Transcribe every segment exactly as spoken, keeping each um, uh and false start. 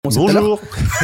Bonjour.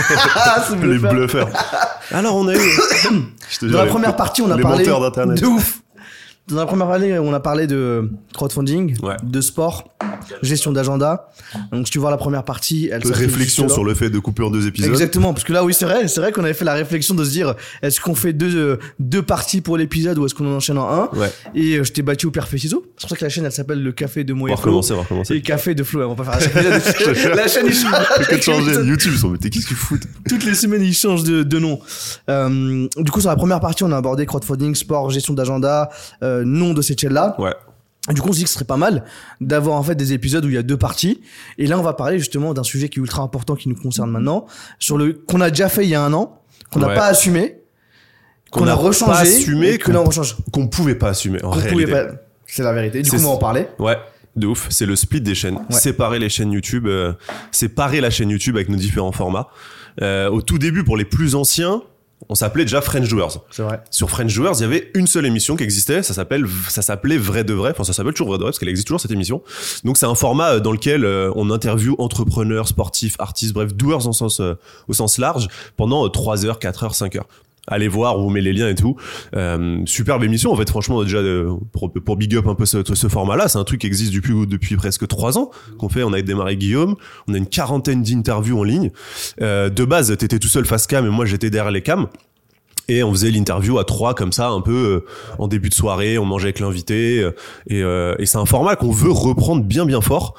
Les bluffeurs. Alors on a eu je te Dans la les, première partie on a parlé de ouf. Dans la première partie on a parlé de crowdfunding, ouais. de sport, gestion d'agenda. Donc si tu vois la première partie, elle réflexion sur le fait de couper en deux épisodes. Exactement, parce que là oui c'est vrai, c'est vrai qu'on avait fait la réflexion de se dire est-ce qu'on fait deux deux parties pour l'épisode ou est-ce qu'on en enchaîne en un. Ouais. Et je t'ai battu au pierre feuille ciseaux. C'est pour ça que la chaîne elle s'appelle le café de Mo et Flo. On va recommencer, on va recommencer. Et café de Flo, on va pas faire à chaque épisode. La chaîne il change. Qu'est-ce que changer YouTube, ils sont mais t'es qu'est-ce qu'ils foutent. Toutes les semaines ils changent de de nom. Euh, du coup sur la première partie on a abordé crowdfunding, sport, gestion d'agenda, euh, nom de cette chaîne là. Ouais. Du coup, on se dit que ce serait pas mal d'avoir en fait des épisodes où il y a deux parties. Et là, on va parler justement d'un sujet qui est ultra important qui nous concerne maintenant, sur le qu'on a déjà fait il y a un an, qu'on n'a ouais. pas assumé, qu'on, qu'on a, a rechangé, pas assumé, et que là on rechange. Qu'on pouvait pas assumer en qu'on réalité. Pouvait pas... C'est la vérité. Du c'est... coup, on va en parler. Ouais. De ouf, c'est le split des chaînes. Ouais. Séparer les chaînes YouTube, euh, séparer la chaîne YouTube avec nos différents formats. Euh, au tout début, pour les plus anciens, on s'appelait déjà French Doers. C'est vrai. Sur French Doers, il y avait une seule émission qui existait, ça s'appelle, ça s'appelait Vrai de Vrai. Enfin, ça s'appelle toujours Vrai de Vrai parce qu'elle existe toujours cette émission. Donc, c'est un format dans lequel euh, on interviewe entrepreneurs, sportifs, artistes, bref, doers en sens, euh, au sens large pendant trois heures, quatre heures, cinq heures. Allez voir, on vous met les liens et tout. Euh, superbe émission, en fait, franchement, déjà, euh, pour, pour big up un peu ce, ce format-là, c'est un truc qui existe depuis, depuis presque trois ans qu'on fait. On a démarré Guillaume, on a une quarantaine d'interviews en ligne. Euh, de base, t'étais tout seul face cam et moi, j'étais derrière les cams. Et on faisait l'interview à trois comme ça, un peu euh, en début de soirée, on mangeait avec l'invité. Euh, et, euh, et c'est un format qu'on veut reprendre bien bien fort.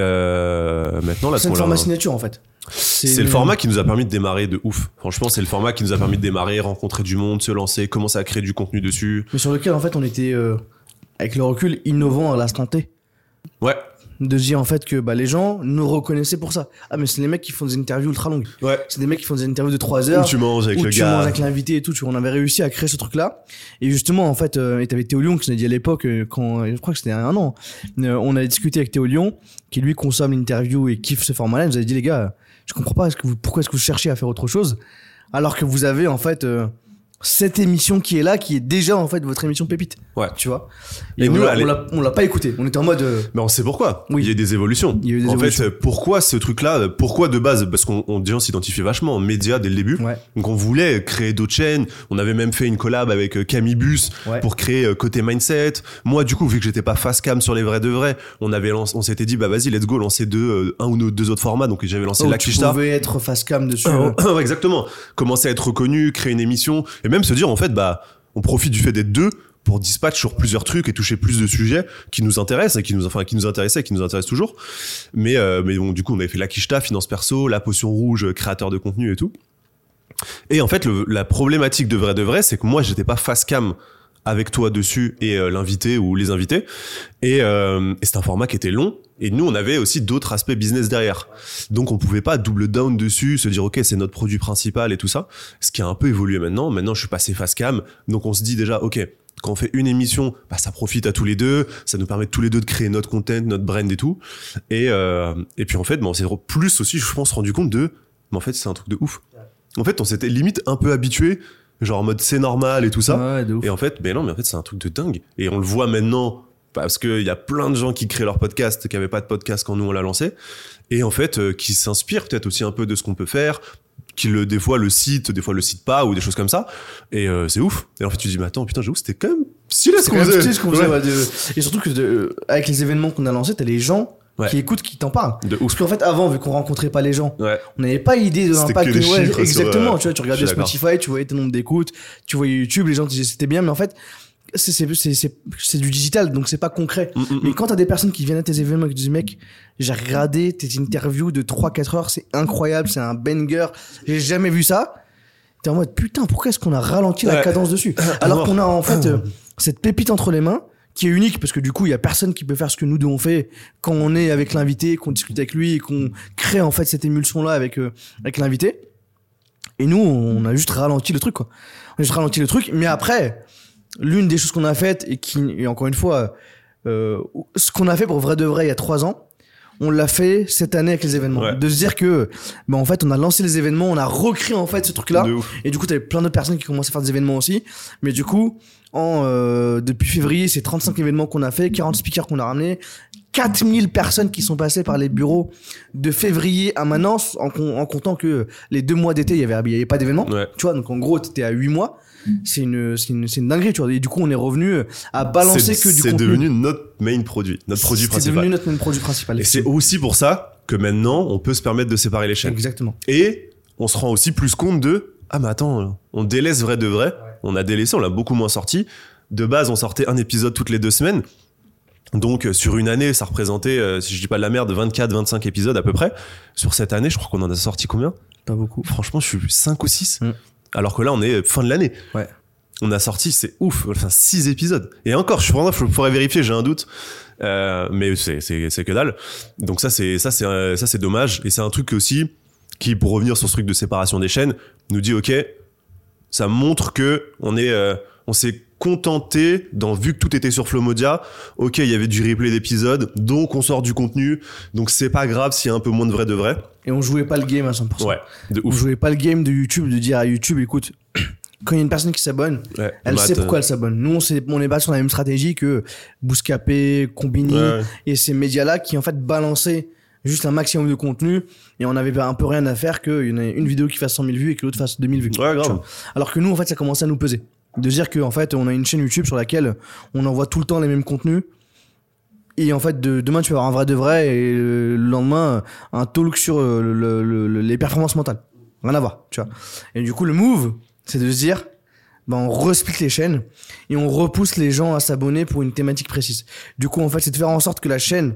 Euh, maintenant, là, c'est un format signature en fait. C'est, c'est le format qui nous a permis de démarrer de ouf. Franchement, c'est le format qui nous a permis de démarrer, rencontrer du monde, se lancer, commencer à créer du contenu dessus. Mais sur lequel en fait on était, euh, avec le recul, innovant à l'instant T. Ouais. De dire en fait que bah, les gens nous reconnaissaient pour ça. Ah mais c'est les mecs qui font des interviews ultra longues. Ouais. C'est des mecs qui font des interviews de trois heures. Où tu manges avec où le tu gars. manges avec l'invité et tout. Tu vois, on avait réussi à créer ce truc là. Et justement en fait, euh, et t'avais Théo Lyon qui nous a dit à l'époque, euh, quand je crois que c'était un an, euh, on avait discuté avec Théo Lyon qui lui consomme l'interview et kiffe ce format là. Il nous avait dit les gars, je comprends pas, est-ce que vous, pourquoi est-ce que vous cherchez à faire autre chose alors que vous avez en fait euh, cette émission qui est là, qui est déjà en fait votre émission pépite. Ouais. Tu vois. Et, et nous, on l'a, on, l'a, on l'a pas écouté. On était en mode. Euh... Mais on sait pourquoi. Oui. Il y a des évolutions. Il y a eu des en évolutions. fait, pourquoi ce truc-là? Pourquoi de base? Parce qu'on on, déjà on s'identifiait vachement en médias dès le début. Ouais. Donc on voulait créer d'autres chaînes. On avait même fait une collab avec Camille Bus ouais. pour créer Côté Mindset. Moi, du coup, vu que j'étais pas face cam sur les vrais de vrais, on avait lancé, on s'était dit bah vas-y, let's go, lancer deux, euh, un ou deux autres formats. Donc j'avais lancé oh, La Kishta. Tu pouvais être face cam dessus. Euh, exactement. Commencer à être reconnu, créer une émission et même se dire en fait bah on profite du fait d'être deux pour dispatch sur plusieurs trucs et toucher plus de sujets qui nous intéressent et qui nous, enfin, qui nous intéressaient et qui nous intéressent toujours. Mais, euh, mais bon, du coup, on avait fait La Kishta, finance perso, La potion rouge, créateur de contenu et tout. Et en fait, le, la problématique de vrai de vrai, c'est que moi, j'étais pas face cam avec toi dessus et euh, l'invité ou les invités. Et, euh, et c'est un format qui était long. Et nous, on avait aussi d'autres aspects business derrière. Donc, on pouvait pas double down dessus, se dire, OK, c'est notre produit principal et tout ça. Ce qui a un peu évolué maintenant. Maintenant, je suis passé face cam. Donc, on se dit déjà, OK, quand on fait une émission, bah, ça profite à tous les deux. Ça nous permet tous les deux de créer notre content, notre brand et tout. Et, euh, et puis, en fait, bah, on s'est plus aussi, je pense, rendu compte de, mais en fait, c'est un truc de ouf. En fait, on s'était limite un peu habitué, genre en mode c'est normal et tout ça. Ouais, de ouf. Et en fait, ben non, mais en fait, c'est un truc de dingue. Et on le voit maintenant, parce qu'il y a plein de gens qui créent leur podcast, qui n'avaient pas de podcast quand nous on l'a lancé, et en fait, euh, qui s'inspirent peut-être aussi un peu de ce qu'on peut faire, qui le, des fois le citent, des fois le citent pas, ou des choses comme ça, et euh, c'est ouf. Et en fait, tu te dis, mais attends, putain, j'avoue, c'était quand même stylé ce qu'on faisait. Stylé ce qu'on faisait, ouais. De... Et surtout que de... avec les événements qu'on a lancés, t'as les gens ouais. qui écoutent, qui t'en parlent. De ouf. Parce qu'en fait, avant, vu qu'on rencontrait pas les gens, ouais. on n'avait pas idée de l'impact. Que ouais, exactement, sur, tu vois, tu regardais Spotify, tu voyais tes nombres d'écoutes, tu voyais YouTube, les gens te disaient c'était bien, mais en fait, c'est, c'est, c'est, c'est, c'est du digital, donc c'est pas concret. Mm, mm, mais quand t'as des personnes qui viennent à tes événements et qui disent, mec, j'ai regardé tes interviews de trois quatre heures, c'est incroyable, c'est un banger, j'ai jamais vu ça. T'es en mode, putain, pourquoi est-ce qu'on a ralenti ouais. la cadence dessus? Alors qu'on a, en fait, euh, cette pépite entre les mains, qui est unique, parce que du coup, il y a personne qui peut faire ce que nous deux on fait quand on est avec l'invité, qu'on discute avec lui et qu'on crée, en fait, cette émulsion-là avec, euh, avec l'invité. Et nous, on a juste ralenti le truc, quoi. On a juste ralenti le truc, mais après, l'une des choses qu'on a faites et qui, et encore une fois, euh, ce qu'on a fait pour vrai de vrai il y a trois ans, on l'a fait cette année avec les événements. Ouais. De se dire que, ben en fait, on a lancé les événements, on a recréé en fait ce truc-là. Et du coup, t'avais plein d'autres personnes qui commençaient à faire des événements aussi. Mais du coup, en, euh, depuis février, c'est trente-cinq événements qu'on a fait, quarante speakers qu'on a ramenés, quatre mille personnes qui sont passées par les bureaux de février à maintenant, en, en comptant que les deux mois d'été, il y avait, il y avait pas d'événements. Ouais. Tu vois, donc en gros, t'étais à huit mois. C'est une, c'est une, c'est une dinguerie, tu vois. Et du coup, on est revenu à balancer c'est, que du c'est contenu. C'est devenu notre main produit, notre produit c'est principal. C'est devenu notre main produit principal. Et c'est aussi pour ça que maintenant, on peut se permettre de séparer les chaînes. Exactement. Et on se rend aussi plus compte de, ah, mais attends, on délaisse vrai de vrai. Ouais. On a délaissé, on l'a beaucoup moins sorti. De base, on sortait un épisode toutes les deux semaines. Donc, sur une année, ça représentait, euh, si je dis pas de la merde, vingt-quatre, vingt-cinq épisodes à peu près. Sur cette année, je crois qu'on en a sorti combien ? Pas beaucoup. Franchement, je suis cinq ou six. Mm. Alors que là, on est fin de l'année. Ouais. On a sorti, c'est ouf, enfin six épisodes. Et encore, je suis vraiment, je pourrais vérifier, j'ai un doute. Euh, mais c'est, c'est, c'est que dalle. Donc ça, c'est, ça, c'est, euh, ça, c'est dommage. Et c'est un truc aussi qui, pour revenir sur ce truc de séparation des chaînes, nous dit, ok, ça montre que on est, euh, on s'est contenté, dans, vu que tout était sur Flomodia, ok, il y avait du replay d'épisodes, donc on sort du contenu, donc c'est pas grave s'il y a un peu moins de vrai de vrai. Et on jouait pas le game à cent pour cent. Ouais, de ouf. On jouait pas le game de YouTube, de dire à YouTube, écoute, quand il y a une personne qui s'abonne, ouais, elle Matt, sait pourquoi elle s'abonne. Nous, on sait, on est pas sur la même stratégie que Bouscapé, Combini ouais. et ces médias-là qui, en fait, balançaient juste un maximum de contenu et on avait un peu rien à faire qu'il y en ait une vidéo qui fasse cent mille vues et que l'autre fasse deux mille vues. Ouais, grave. Alors que nous, en fait, ça commençait à nous peser. De dire qu'en fait, on a une chaîne YouTube sur laquelle on envoie tout le temps les mêmes contenus. Et en fait, de, demain, tu vas avoir un vrai de vrai et le lendemain, un talk sur le, le, le, les performances mentales. Rien à voir, tu vois. Et du coup, le move, c'est de se dire, ben, on resplit les chaînes et on repousse les gens à s'abonner pour une thématique précise. Du coup, en fait, c'est de faire en sorte que la chaîne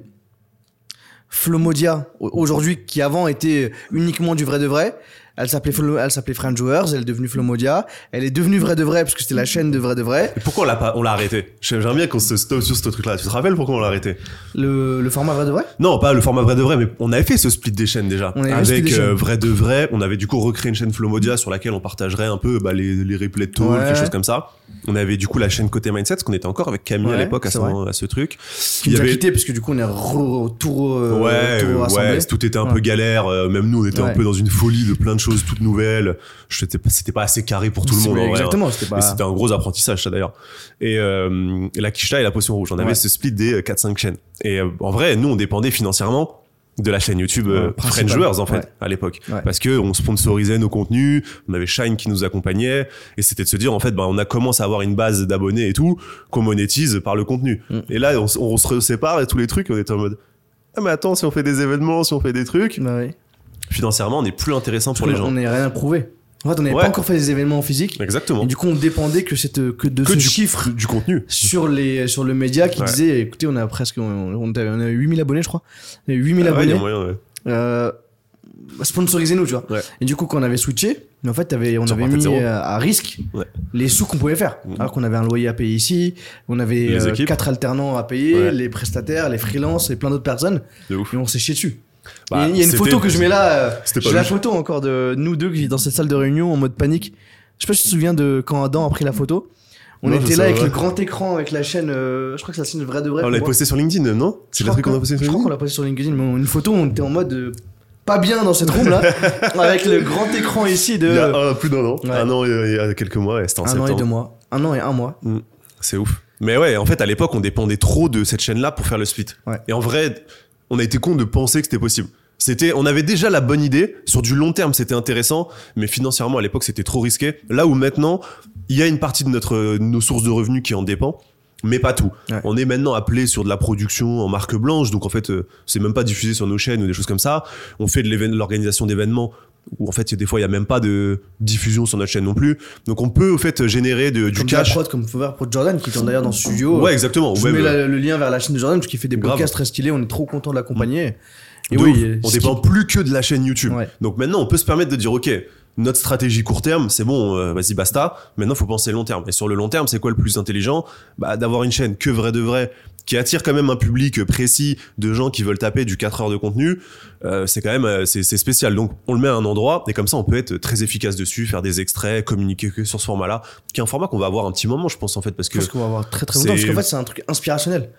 Flomodia, aujourd'hui, qui avant était uniquement du vrai de vrai, elle s'appelait, elle s'appelait Friend Joueurs, elle est devenue Flomodia, elle est devenue vrai de vrai parce que c'était la chaîne de vrai de vrai. Et pourquoi on l'a pas, on l'a arrêté? J'aimerais bien qu'on se stoppe sur ce truc-là. Tu te rappelles pourquoi on l'a arrêté? Le, le format vrai de vrai? Non, pas le format vrai de vrai, mais on avait fait ce split des chaînes déjà. On Avec euh, vrai de vrai, on avait du coup recréé une chaîne Flomodia sur laquelle on partagerait un peu bah, les, les replays de talk, ouais. quelque chose comme ça. On avait du coup la chaîne Côté Mindset, parce qu'on était encore avec Camille ouais, à l'époque à, son, à ce truc. Qui nous avait... a quitté parce que du coup on est re, tout, euh, ouais, tout rassemblé. Ouais, tout était un ouais. peu galère. Euh, même nous, on était ouais. un peu dans une folie de plein de choses toutes nouvelles. C'était pas, c'était pas assez carré pour tout le monde. En exactement. Vrai, hein. C'était pas... Mais c'était un gros apprentissage, ça d'ailleurs. Et euh, la Kishta et la Potion Rouge, on avait ouais. ce split des quatre cinq chaînes. Et euh, en vrai, nous, on dépendait financièrement de la chaîne YouTube ouais, euh, Friend Joueurs en fait ouais. à l'époque ouais. parce que on sponsorisait nos contenus, on avait Shine qui nous accompagnait et c'était de se dire en fait bah on a commencé à avoir une base d'abonnés et tout qu'on monétise par le contenu mm. et là on, on se sépare et tous les trucs on était en mode ah mais attends si on fait des événements, si on fait des trucs bah oui. financièrement on est plus intéressant pour les gens, on n'est rien à prouver. En fait, on n'avait ouais. pas encore fait des événements physiques. Exactement. Et du coup, on dépendait que cette, que de que ce du, chiffre. Du contenu. Sur les, sur le média qui ouais. disait, écoutez, on a presque, on, on avait, on avait huit mille abonnés, je crois. On avait huit mille ah, abonnés. Ouais, y a moyen, ouais. Euh, sponsorisez-nous, tu vois. Ouais. Et du coup, quand on avait switché, en fait, avait, on avait mis à risque ouais. les sous qu'on pouvait faire. Mmh. Alors qu'on avait un loyer à payer ici, on avait euh, quatre alternants à payer, ouais. les prestataires, les freelances et plein d'autres personnes. De ouf. Et on s'est chié dessus. Bah, il y a une photo que je mets là. J'ai la photo encore de nous deux qui dans cette salle de réunion en mode panique. Je sais pas si tu te souviens de quand Adam a pris la photo. On non, était là avec vrai. le grand écran, avec la chaîne. Euh, je crois que c'est la chaîne vrai de vrai. On l'avait posté sur LinkedIn, non? C'est le truc qu'on a posté sur LinkedIn. Je crois qu'on l'a posté sur LinkedIn. Mais une photo, on était en mode euh, pas bien dans cette room là, avec le grand écran ici de. Il y a euh, plus d'un an. Ouais. Un an et il y a quelques mois. C'était en un septembre. Un an et deux mois. Un an et un mois. Mm. C'est ouf. Mais ouais, en fait, à l'époque, on dépendait trop de cette chaîne-là pour faire le split. Ouais. Et en vrai, on a été con de penser que c'était possible. C'était, on avait déjà la bonne idée. Sur du long terme, c'était intéressant, mais financièrement, à l'époque, c'était trop risqué. Là où maintenant, il y a une partie de notre, nos sources de revenus qui en dépend, mais pas tout. Ouais. On est maintenant appelé sur de la production en marque blanche, donc en fait, euh, c'est même pas diffusé sur nos chaînes ou des choses comme ça. On fait de l'organisation d'événements où en fait, des fois, il y a même pas de diffusion sur notre chaîne non plus. Donc, on peut au fait générer de, du comme cash. Comme prod, comme Fauvert Pro Jordan, qui tourne d'ailleurs dans le studio. Ouais, exactement. Je ouais, mets mais... la, le lien vers la chaîne de Jordan, parce qu'il fait des podcasts très stylés. On est trop content de l'accompagner. Mmh. Et oui, ouf, on dépend qui... plus que de la chaîne YouTube. Ouais. Donc maintenant, on peut se permettre de dire, ok, notre stratégie court terme, c'est bon, euh, vas-y, basta. Maintenant, faut penser long terme. Et sur le long terme, c'est quoi le plus intelligent? Bah, d'avoir une chaîne que vrai de vrai, qui attire quand même un public précis de gens qui veulent taper du quatre heures de contenu. Euh, c'est quand même, euh, c'est, c'est spécial. Donc, on le met à un endroit, et comme ça, on peut être très efficace dessus, faire des extraits, communiquer que sur ce format-là, qui est un format qu'on va avoir un petit moment, je pense, en fait, parce que. Je pense qu'on va avoir très très longtemps, parce qu'en fait, c'est un truc inspirationnel.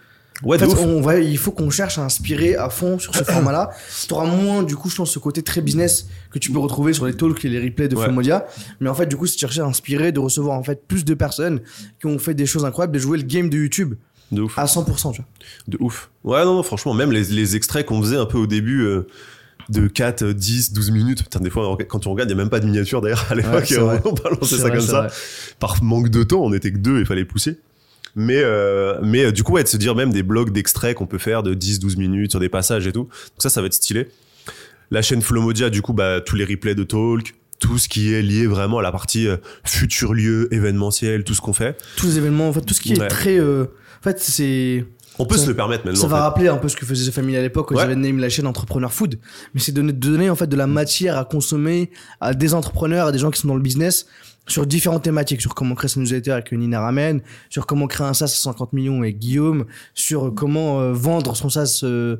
Ouais, en fait, de ouf. on va, il faut qu'on cherche à inspirer à fond sur ce format-là. Tu auras moins, du coup, je pense, ce côté très business que tu peux retrouver sur les talks et les replays de Ouais. Flomodia. Mais en fait, du coup, si tu cherches à inspirer, de recevoir en fait plus de personnes qui ont fait des choses incroyables, de jouer le game de YouTube De ouf. à cent pour cent, tu vois. De ouf. Ouais, non, non, franchement, même les, les extraits qu'on faisait un peu au début euh, de quatre, dix, douze minutes. Putain, des fois, quand tu regardes, il n'y a même pas de miniature d'ailleurs à l'époque. Ouais, c'est on, vrai. on balançait C'est ça vrai, comme c'est ça. vrai. Par manque de temps, on était que deux, il fallait pousser. Mais, euh, mais euh, du coup, ouais, de se dire même des blogs d'extraits qu'on peut faire de dix, douze minutes sur des passages et tout. Donc ça, ça va être stylé. La chaîne Flomodia, du coup, bah, tous les replays de talk, tout ce qui est lié vraiment à la partie euh, futur lieu, événementiel, tout ce qu'on fait. Tous les événements, en fait, tout ce qui Ouais. est très. euh, En fait, c'est. On peut Ça- se le permettre maintenant. Ça en va fait. rappeler un peu ce que faisait The Family à l'époque quand Ouais. ils avaient name la chaîne Entrepreneur Food. Mais c'est donner, donner en fait de la matière à consommer à des entrepreneurs, à des gens qui sont dans le business sur différentes thématiques, sur comment créer sa newsletter avec Nina Ramen, sur comment créer un SaaS à cinquante millions avec Guillaume, sur comment euh, vendre son SaaS, euh,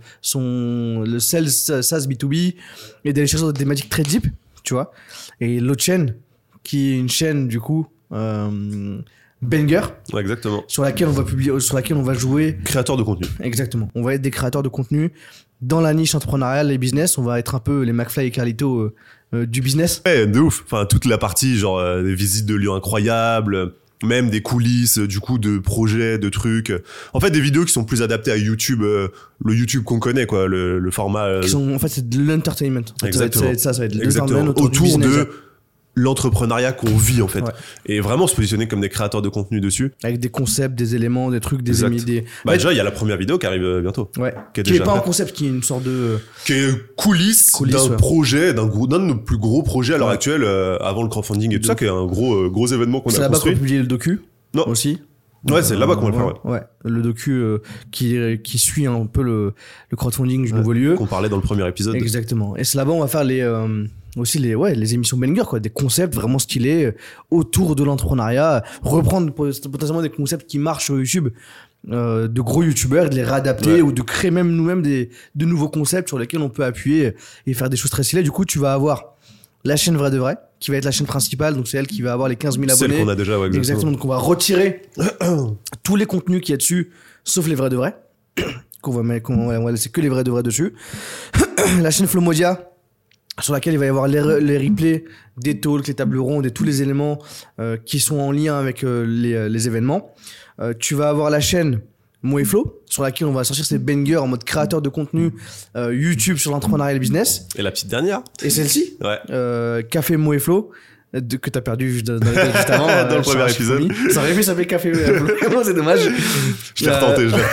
son le sales SaaS B deux B et d'aller chercher des thématiques très deep, tu vois. Et l'autre chaîne qui est une chaîne du coup euh, Banger Ouais, exactement. sur laquelle on va publier, sur laquelle on va jouer. Créateur de contenu. Exactement. On va être des créateurs de contenu dans la niche entrepreneuriale et business. On va être un peu les McFly et Carlito euh, euh, du business. Ouais, de ouf. Enfin, toute la partie, genre, euh, des visites de lieux incroyables, euh, même des coulisses, euh, du coup, de projets, de trucs. En fait, des vidéos qui sont plus adaptées à YouTube, euh, le YouTube qu'on connaît, quoi, le, le format. euh, Qui sont, en fait, c'est de l'entertainment. En fait, ça va être- Exactement. ça va être ça, ça va être de exactement. l'entertainment autour, Autour du business. de l'entrepreneuriat qu'on vit, en fait. Ouais. Et vraiment se positionner comme des créateurs de contenu dessus. Avec des concepts, des éléments, des trucs, des Exact. émis, des. Bah, Ouais, déjà, il y a la première vidéo qui arrive euh, bientôt. ouais. Qui est Qui est déjà pas un faite. concept, qui est une sorte de. Qui est coulisses, Coulisses, d'un ouais. projet, d'un gros, d'un de nos plus gros projets à l'heure Ouais. actuelle, euh, avant le crowdfunding et tout ça, qui est un gros, euh, gros événement qu'on C'est a là-bas qu'on construit. va publier le docu. Non. Aussi. Ouais, c'est là-bas qu'on va le faire, ouais. Ouais. Le docu euh, qui, qui suit un peu le, le crowdfunding du Ouais. nouveau lieu. Qu'on parlait dans le premier épisode. Exactement. Et c'est là-bas on va faire les euh, aussi les ouais les émissions Banger, quoi, des concepts vraiment stylés euh, autour de l'entrepreneuriat, reprendre pot- potentiellement des concepts qui marchent sur YouTube euh, de gros youtubeurs, de les réadapter Ouais. ou de créer même nous-mêmes des de nouveaux concepts sur lesquels on peut appuyer et faire des choses très stylées. Du coup, tu vas avoir la chaîne Vrai de Vrai qui va être la chaîne principale, donc c'est elle qui va avoir les quinze mille Celle abonnés. qu'on a déjà, ouais, exactement. Exactement. Donc on va retirer tous les contenus qu'il y a dessus, sauf les vrais de vrais. qu'on va mettre, qu'on va, on va laisser que les vrais de vrais dessus. La chaîne Flomodia, sur laquelle il va y avoir les, re- les replays des talks, les tables rondes et tous les éléments euh, qui sont en lien avec euh, les, euh, les événements. Euh, tu vas avoir la chaîne Mo et Flo, sur laquelle on va sortir ces bangers en mode créateur de contenu euh, YouTube sur l'entrepreneuriat et le business. Et la petite dernière. Et celle-ci, Ouais. euh, Café Mo et Flo, de, que t'as perdu juste, dans, dans, juste avant. Dans le euh, premier je- je suis épisode. promis. Ça aurait pu s'appeler Café Mo et Flo. C'est dommage. Je l'ai Euh, retenté, je l'ai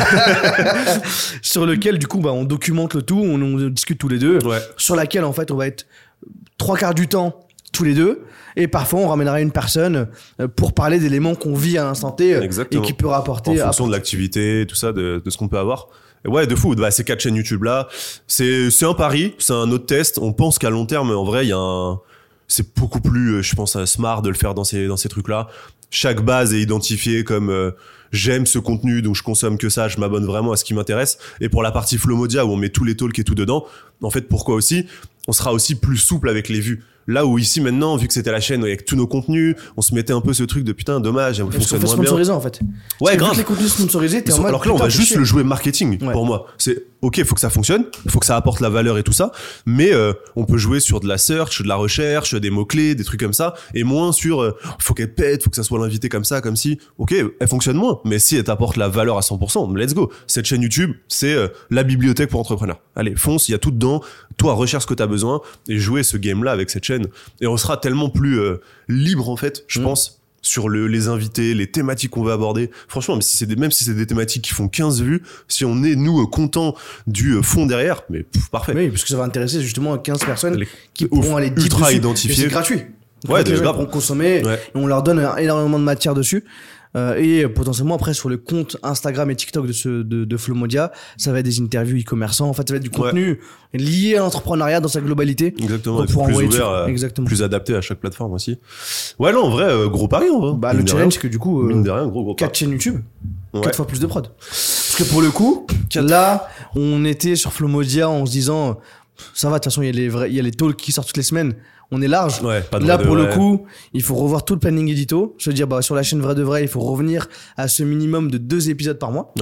retenté. sur lequel, du coup, bah, on documente le tout, on, on discute tous les deux. Ouais. Sur laquelle, en fait, on va être trois quarts du temps tous les deux. Et parfois, on ramènera une personne euh, pour parler d'éléments qu'on vit à l'instant T euh, et Exactement. qui peut rapporter. En fonction à- de l'activité, tout ça, de, de ce qu'on peut avoir. Et ouais, de fou. Bah, ces quatre chaînes YouTube là, c'est, c'est un pari, c'est un autre test. On pense qu'à long terme, en vrai, il y a un, c'est beaucoup plus, euh, je pense, euh, smart de le faire dans ces, dans ces trucs-là. Chaque base est identifiée comme, euh, j'aime ce contenu, donc je consomme que ça, je m'abonne vraiment à ce qui m'intéresse. Et pour la partie Flomodia, où on met tous les talks et tout dedans, en fait, pourquoi aussi? On sera aussi plus souple avec les vues. Là où ici maintenant, vu que c'était la chaîne avec tous nos contenus, on se mettait un peu ce truc de putain, dommage, elle Parce qu'on fonctionne fait moins bien. sponsoriser, en fait. Ouais, Parce que vu grave. que les contenus sponsorisés, t'es en mode. Alors que là, on putain, va fais juste chier. le jouer marketing Ouais. pour moi. C'est ok, faut que ça fonctionne, faut que ça apporte la valeur et tout ça, mais euh, on peut jouer sur de la search, de la recherche, des mots clés, des trucs comme ça, et moins sur euh, faut qu'elle pète, faut que ça soit l'invité comme ça, comme si. Ok, elle fonctionne moins, mais si elle t'apporte la valeur à cent pour cent, let's go. Cette chaîne YouTube, c'est euh, la bibliothèque pour entrepreneurs. Allez, fonce, il y a tout dedans. Toi, recherche ce que t'as besoin et jouer ce game-là avec cette chaîne, et on sera tellement plus euh, libre en fait, je Mm. pense. Sur le, les invités, les thématiques qu'on va aborder. Franchement, même si c'est des, même si c'est des thématiques qui font quinze vues, si on est, nous, euh, contents du euh, fond derrière, mais pff, parfait. Oui, parce que ça va intéresser justement quinze personnes Les- qui ouf, pourront aller deep ultra dessus. identifiées. Et c'est gratuit. Donc, Ouais, en fait, les de- gens grave. pourront consommer Ouais. et on leur donne euh, énormément de matière dessus. Euh, et potentiellement après sur le compte Instagram et TikTok de ce de, de Flomodia, ça va être des interviews e-commerçants. En fait, ça va être du contenu lié à l'entrepreneuriat dans sa globalité. Exactement, On et puis pourra plus envoyer ouvert, dessus. euh, Exactement. plus adapté à chaque plateforme aussi. Ouais, non, en vrai, euh, gros pari, en vrai. Bah, Mine le de challenge, rien. c'est que du coup, euh, Mine de rien, gros, gros quatre pari. chaînes YouTube, Ouais. quatre fois plus de prod. Parce que pour le coup, là, on était sur Flomodia en se disant, ça va, de toute façon, il y a les vrais, il y a les talks qui sortent toutes les semaines. On est large. Ouais, pas de Là, vrai de pour le vrai. coup, il faut revoir tout le planning édito. Se dire, bah, sur la chaîne Vrai de Vrai, il faut revenir à ce minimum de deux épisodes par mois. Ouais.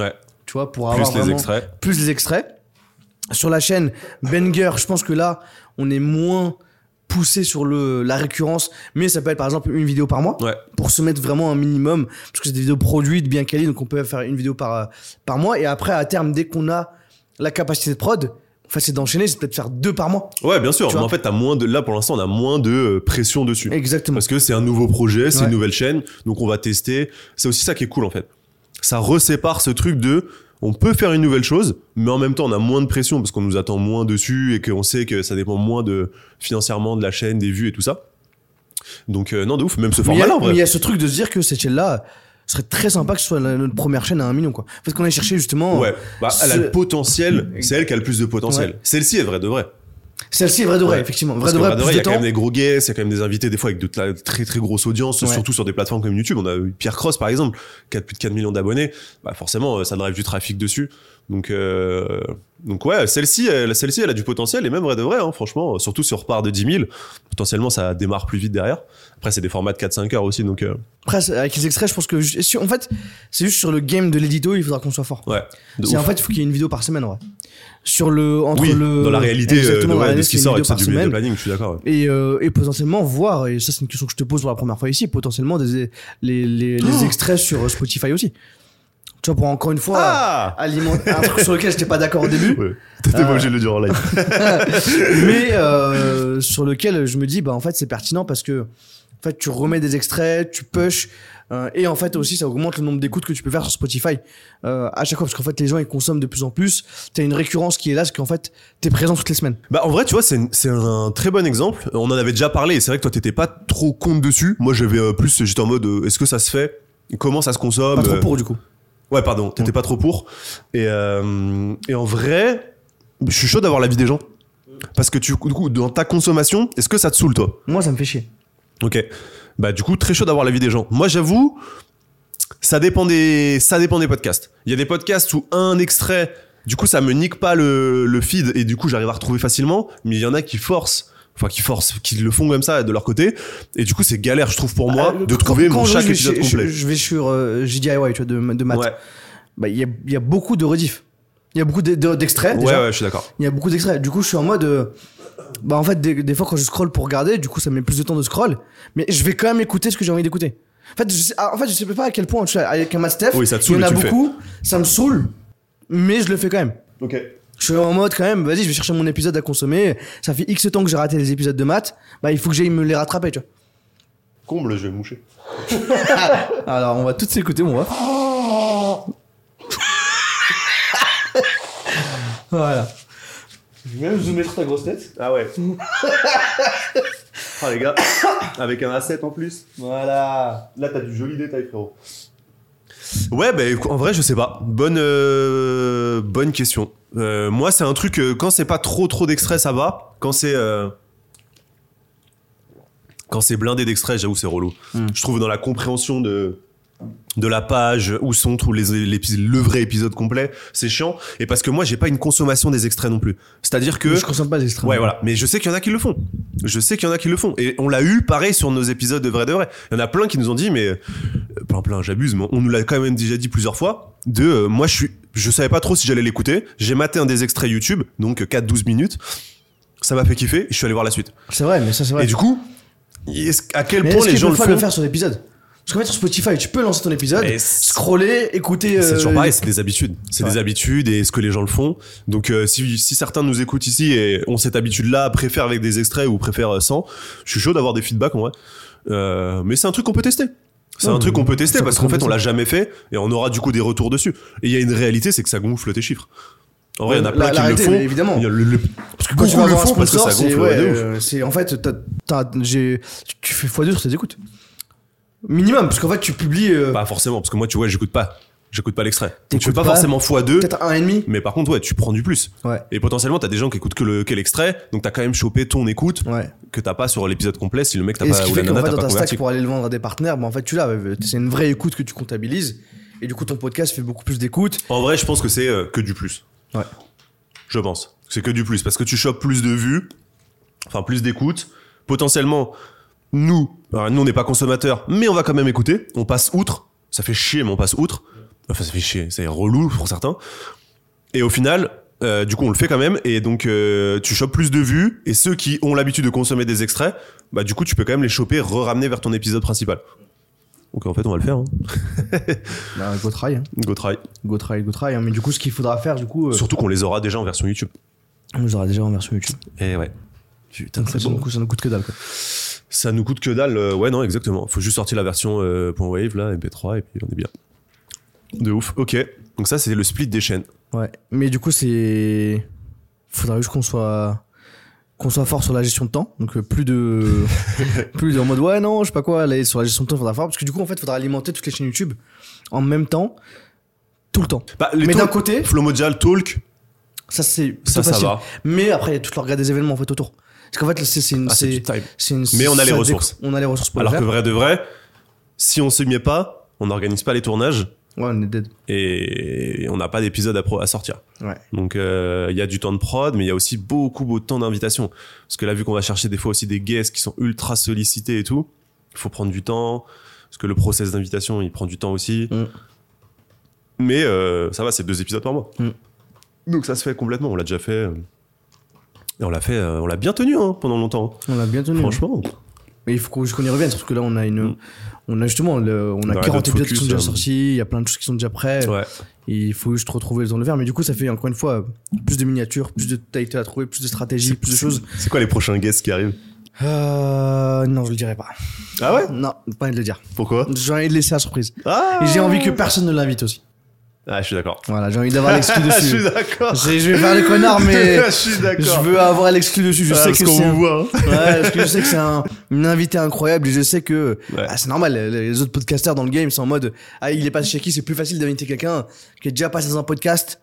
tu vois, pour plus avoir les vraiment extraits. plus les extraits. Sur la chaîne Banger, je pense que là, on est moins poussé sur le la récurrence, mais ça peut être par exemple une vidéo par mois Ouais. pour se mettre vraiment un minimum, parce que c'est des vidéos produites bien qualies, donc on peut faire une vidéo par par mois, et après à terme, dès qu'on a la capacité de prod, en fait c'est d'enchaîner, c'est peut-être faire deux par mois. Ouais, bien sûr. Tu Mais vois. en fait, t'as moins de là pour l'instant, on a moins de euh, pression dessus. Exactement. Parce que c'est un nouveau projet, c'est Ouais. une nouvelle chaîne, donc on va tester. C'est aussi ça qui est cool en fait. Ça resépare ce truc de on peut faire une nouvelle chose, mais en même temps on a moins de pression parce qu'on nous attend moins dessus et qu'on sait que ça dépend moins de financièrement de la chaîne, des vues et tout ça. Donc euh, non de ouf, même ce Mais il y format a- là en mais vrai. il y a ce truc de se dire que cette chaîne-là serait très sympa que ce soit la- notre première chaîne à un million, quoi. Parce qu'on a cherché justement. Ouais, bah elle a ce- le potentiel, c'est elle qui a le plus de potentiel. Ouais. Celle-ci est vraie de vrai. Celle-ci est vraie de vrai, Ouais. effectivement. Vrai Parce de que vrai, vrai de plus vrai, il y de a quand même temps. des gros guests, il y a quand même des invités des fois avec de la très très grosse audience, Ouais. surtout sur des plateformes comme YouTube. On a eu Pierre Cross par exemple, qui a plus de quatre millions d'abonnés. Bah forcément, euh, ça drive du trafic dessus. Donc euh, donc ouais, celle-ci, elle, celle-ci, elle a du potentiel et même vrai de vrai, hein, franchement, surtout sur part de dix mille. Potentiellement, ça démarre plus vite derrière. Après, c'est des formats de quatre cinq heures aussi, donc euh, Après, c'est- avec les extraits, je pense que. ju- sur- En fait, c'est juste sur le game de l'édito, il faudra qu'on soit fort. ouais. de C'est ouf. en fait, il faut qu'il y ait une vidéo par semaine, ouais. Sur le. Entre oui, le. dans la réalité euh, de, Exactement, dans la ouais, de réalité, ce qui c'est une sort et vidéo tout ça par du de semaine. planning, je suis d'accord. Ouais. Et, euh, et potentiellement voir, et ça c'est une question que je te pose pour la première fois ici, potentiellement des, les, les, les extraits sur Spotify aussi. Tu vois, pour encore une fois Ah alimenter un truc sur lequel j'étais pas d'accord au début, ouais. T'étais Ah. pas obligé de le dire en live. mais euh, sur lequel je me dis, bah en fait c'est pertinent parce que en fait tu remets des extraits, tu push, euh, et en fait aussi ça augmente le nombre d'écoutes que tu peux faire sur Spotify euh, à chaque fois, parce qu'en fait les gens ils consomment de plus en plus, t'as une récurrence qui est là, parce qu'en fait t'es présent toutes les semaines. Bah en vrai tu vois c'est c'est un très bon exemple. On en avait déjà parlé et c'est vrai que toi t'étais pas trop compte dessus. Moi j'avais euh, plus j'étais en mode euh, est-ce que ça se fait, comment ça se consomme. Pas trop euh, pour du coup. Ouais pardon t'étais pas trop pour. Et euh, et en vrai je suis chaud d'avoir l'avis des gens parce que tu du coup dans ta consommation est-ce que ça te saoule toi? Moi ça me fait chier. Ok. Bah du coup très chaud d'avoir l'avis des gens. Moi j'avoue ça dépend des ça dépend des podcasts. Il y a des podcasts où un extrait du coup ça me nique pas le, le feed et du coup j'arrive à retrouver facilement, mais il y en a qui forcent enfin qui forcent qui le font comme ça de leur côté et du coup c'est galère je trouve pour moi Euh, de quand- trouver quand mon je chaque vais épisode chez- complet. Je, je vais sur euh, J D I Y, tu vois, de, de maths. Ouais. Bah, il y a, il y a beaucoup de rediff. Il y a beaucoup de- de- d'extraits. Ouais déjà. ouais, je suis d'accord. Il y a beaucoup d'extraits. Du coup, je suis en mode. euh, bah, en fait, des, des fois, quand je scroll pour regarder, du coup, ça me met plus de temps de scroll. Mais je vais quand même écouter ce que j'ai envie d'écouter. En fait, je sais, ah, en fait, je sais pas à quel point, tu vois, avec un Math Steph, Oui, ça te il saoule, y en a mais tu le beaucoup, ça me saoule, mais je le fais quand même. OK. Je suis en mode quand même, vas-y, je vais chercher mon épisode à consommer. Ça fait X temps que j'ai raté les épisodes de maths. Bah, il faut que j'aille me les rattraper, tu vois. Comble, je vais me moucher. Alors, on va tous s'écouter, mon ref. Voilà. Je vais même zoomer sur ta grosse tête. Ah ouais. Ah les gars, avec un A sept en plus. Voilà. Là t'as du joli détail frérot. Ouais bah en vrai je sais pas. Bonne euh, bonne question. Euh, moi c'est un truc euh, quand c'est pas trop trop d'extraits ça va. Quand c'est euh, quand c'est blindé d'extraits j'avoue c'est relou. Mm. Je trouve dans la compréhension de de la page où sont tous les l'épi- le vrai épisode complet c'est chiant et parce que moi j'ai pas une consommation des extraits non plus. C'est-à-dire que Je consomme pas les extraits. ouais, voilà. Mais je sais qu'il y en a qui le font. Je sais qu'il y en a qui le font. Et on l'a eu, pareil, sur nos épisodes de vrai de vrai. Il y en a plein qui nous ont dit, mais, euh, plein, plein, j'abuse, mais on nous l'a quand même déjà dit plusieurs fois, de, euh, moi, je suis, je savais pas trop si j'allais l'écouter. J'ai maté un des extraits YouTube, donc quatre douze minutes. Ça m'a fait kiffer, et je suis allé voir la suite. C'est vrai, mais ça, c'est vrai. Et du coup, est-ce- à quel mais point est-ce les qu'ils gens le peuvent font? pas le faire sur l'épisode? Parce qu'en fait, sur Spotify, tu peux lancer ton épisode, Mais c'est- scroller, écouter. C'est euh, toujours pareil, c'est des habitudes. C'est Ouais. des habitudes et ce que les gens le font. Donc euh, si, si certains nous écoutent ici et ont cette habitude-là, préfèrent avec des extraits ou préfèrent euh, sans, je suis chaud d'avoir des feedbacks en vrai. Euh, mais c'est un truc qu'on peut tester. C'est Ouais, un truc qu'on peut tester ça parce peut qu'en fait être on l'a jamais fait et on aura du coup des retours dessus. Et il y a une réalité, c'est que ça gonfle tes chiffres. En vrai, il y en a La- plein la qui le réalité, font. mais évidemment. Il y a le- le- Parce que quand tu beaucoup vas le avoir un font parce que sponsor, ça c'est gonfle ouais, de ouf. euh, c'est en fait, t'as, t'as- j'ai, tu- tu fais fois deux sur tes écoutes. Minimum, parce qu'en fait, tu publies euh, Pas forcément, parce que moi tu vois, j'écoute pas. J'écoute pas l'extrait. Donc tu T'écoutes fais pas, pas, forcément fois deux. peut-être un et demi. Mais par contre, ouais, tu prends du plus. Ouais. Et potentiellement, t'as des gens qui écoutent que, le, que l'extrait, donc t'as quand même chopé ton écoute Ouais. que t'as pas sur l'épisode complet si le mec t'as Et ce pas qui ou fait la qu'en nana fait, t'as dans pas ta converti. stack, pour aller le vendre à des partenaires, bah, en fait, tu l'as. C'est une vraie écoute que tu comptabilises. Et du coup, ton podcast fait beaucoup plus d'écoutes. En vrai, je pense que c'est euh, que du plus. Ouais. Je pense. C'est que du plus parce que tu chopes plus de vues, enfin plus d'écoutes. Potentiellement, nous, alors, nous on n'est pas consommateurs, mais on va quand même écouter. On passe outre. Ça fait chier, mais on passe outre. Enfin, ça fait chier, c'est relou pour certains. Et au final, euh, du coup, on le fait quand même. Et donc, euh, tu chopes plus de vues. Et ceux qui ont l'habitude de consommer des extraits, bah, du coup, tu peux quand même les choper, re-ramener vers ton épisode principal. Donc, en fait, on va le faire. Hein. Bah, go try. Hein. Go try. Go try, go try. Hein. Mais du coup, ce qu'il faudra faire, du coup. Euh... Surtout qu'on les aura déjà en version YouTube. On les aura déjà en version YouTube. Et ouais. Putain, donc, ça, bon. ça nous coûte que dalle, quoi. Ça nous coûte que dalle. Euh, ouais, non, exactement. Faut juste sortir la version euh, .wave, là, M P trois, et puis on est bien. De ouf. Ok. Donc, ça, c'est le split des chaînes. Ouais. Mais du coup, c'est. Faudra juste qu'on soit. Qu'on soit fort sur la gestion de temps. Donc, euh, plus de. plus de en mode, ouais, non, je sais pas quoi. Là, sur la gestion de temps, il faudra fort. Parce que du coup, en fait, il faudra alimenter toutes les chaînes YouTube en même temps. Tout le temps. Bah, les mais talk, d'un côté. Flow Mondial, Talk. Ça, c'est. Ça, ça va. Mais après, il y a tout le regard des événements, en fait, autour. Parce qu'en fait, c'est, c'est une. Ah, c'est, c'est, c'est une mais on a les ressources. Déc- on a les ressources pour Alors le faire. que vrai de vrai, si on s'y met pas, on n'organise pas les tournages. Ouais, on est dead. Et on n'a pas d'épisode à, pro- à sortir. Ouais. Donc, il euh, y a du temps de prod, mais il y a aussi beaucoup, beaucoup de temps d'invitation. Parce que là, vu qu'on va chercher des fois aussi des guests qui sont ultra sollicités et tout, il faut prendre du temps. Parce que le process d'invitation, il prend du temps aussi. Mm. Mais euh, ça va, c'est deux épisodes par mois. Mm. Donc, ça se fait complètement. On l'a déjà fait. Et on l'a fait, euh, on l'a bien tenu hein, pendant longtemps. On l'a bien tenu. Franchement. Hein. Mais il faut qu'on, qu'on y revienne, parce que là, on a une. Mm. On a justement, le, on a ouais, quarante épisodes qui sont déjà euh... sortis, il y a plein de choses qui sont déjà prêts. Ouais. Il faut juste retrouver le temps de le faire. Mais du coup, ça fait encore une fois plus de miniatures, plus de title à trouver, plus de stratégies, plus de choses. C'est quoi les prochains guests qui arrivent? Euh. Non, je le dirai pas. Ah ouais? Non, pas envie de le dire. Pourquoi? J'ai envie de laisser la surprise. Ah. Et j'ai envie que personne ne l'invite aussi. Ah, je suis d'accord. Voilà, j'ai envie d'avoir l'exclu dessus. Je suis d'accord. J'ai, je vais faire le connard, mais. Je suis d'accord. Je veux avoir l'exclu dessus. Je ah, sais parce que qu'on c'est. vous un... voit. Hein. Ouais, parce que je sais que c'est un, une invité incroyable et je sais que. Ouais. Ah, c'est normal. Les autres podcasters dans le game sont en mode. Ah, il est passé chez qui? C'est plus facile d'inviter quelqu'un qui est déjà passé dans un podcast.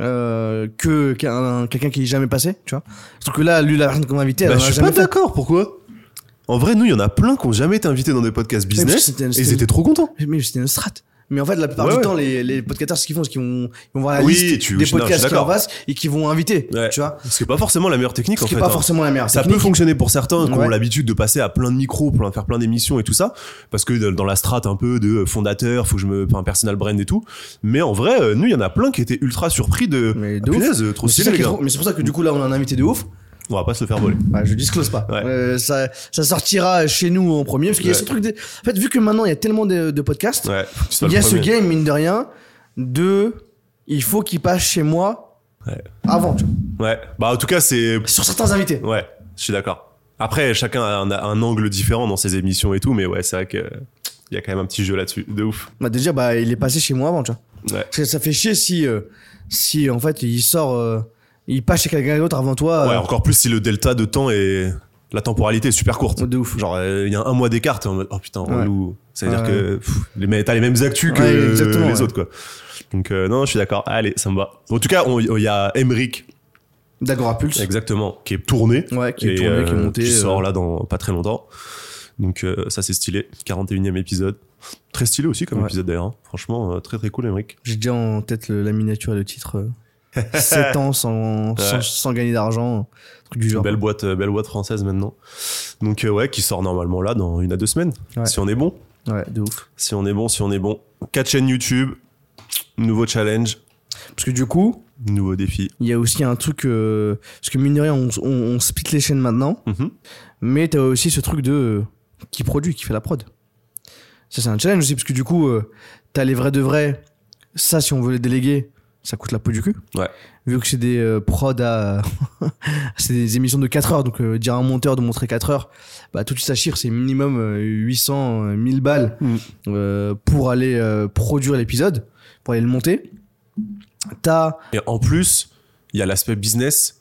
Euh, que qu'un, quelqu'un qui est jamais passé, tu vois. Sauf que là, lui, la personne qu'on a invité, bah, elle je suis jamais pas fait. d'accord. Pourquoi? En vrai, nous, il y en a plein qui ont jamais été invités dans des podcasts business. C'était, c'était, et ils étaient trop contents. Mais c'était une strat. Mais en fait, la plupart ouais, du ouais. temps, les, les podcasters, ce qu'ils font, c'est qu'ils vont, ils vont voir la oui, liste tu, des je, podcasts non, qui en passent et qui vont inviter, ouais. tu vois. Ce qui est pas forcément la meilleure technique, ce en qui fait. est pas hein. forcément la meilleure ça technique. peut fonctionner pour certains qui ouais. ont l'habitude de passer à plein de micros pour faire plein d'émissions et tout ça. Parce que dans la strate un peu de fondateur, faut que je me, enfin, un personal brand et tout. Mais en vrai, nous, il y en a plein qui étaient ultra surpris de, mais de ah, ouf. punaise, trop stylé, les gars. Mais c'est pour ça que du coup, là, on a un invité de ouf. On va pas se le faire voler. Bah, je disclose pas. Ouais. Euh, ça, ça sortira chez nous en premier. Parce qu'il y a ouais. ce truc de... En fait, vu que maintenant, il y a tellement de, de podcasts, ouais, il y a ce game, mine de rien, de... Il faut qu'il passe chez moi ouais. avant, tu vois. Ouais. Bah, en tout cas, c'est... Sur certains invités. Ouais, je suis d'accord. Après, chacun a un, un angle différent dans ses émissions et tout, mais ouais, c'est vrai que... Il y a quand même un petit jeu là-dessus, de ouf. Bah, déjà, bah, il est passé chez moi avant, tu vois. Ouais. Parce que ça fait chier si... Euh, si, en fait, il sort... Euh, il passe chez quelqu'un d'autre avant toi. Ouais, euh... encore plus si le delta de temps est... La temporalité est super courte. De ouf. Genre, il euh, y a un mois d'écart, t'es en mode, oh putain, ouais. relou. Ça veut ouais. dire que pff, les, t'as les mêmes actus que ouais, les ouais. autres, quoi. Donc, euh, non, je suis d'accord. Allez, ça me va. En tout cas, il y a Emeric. D'Agora Pulse. Exactement. Qui est tourné. Ouais, qui est et, tourné, euh, qui est monté. Qui sort euh... là dans pas très longtemps. Donc, euh, ça, c'est stylé. quarante et unième épisode. Très stylé aussi comme ouais. épisode d'ailleurs. Hein. Franchement, euh, très très cool, Emeric. J'ai déjà en tête le, la miniature et le titre. Euh... sept ans sans, ouais. sans, sans gagner d'argent, truc du genre. Belle boîte, euh, belle boîte française maintenant. Donc euh, ouais, qui sort normalement là dans une à deux semaines, ouais. si on est bon. Ouais, de ouf. Si on est bon, si on est bon. Quatre chaînes YouTube, nouveau challenge. Parce que du coup, nouveau défi. Il y a aussi un truc, euh, parce que mine de rien, on, on, on split les chaînes maintenant, mm-hmm. mais t'as aussi ce truc de euh, qui produit, qui fait la prod. Ça c'est un challenge aussi, parce que du coup, euh, t'as les vrais de vrais. Ça, si on veut les déléguer, ça coûte la peau du cul. Ouais. Vu que c'est des euh, prods à... c'est des émissions de quatre heures, donc euh, dire à un monteur de montrer quatre heures, bah tout de suite ça chire, c'est minimum euh, huit cents, mille balles mm. euh, pour aller euh, produire l'épisode, pour aller le monter. T'as... Et en plus, il y a l'aspect business,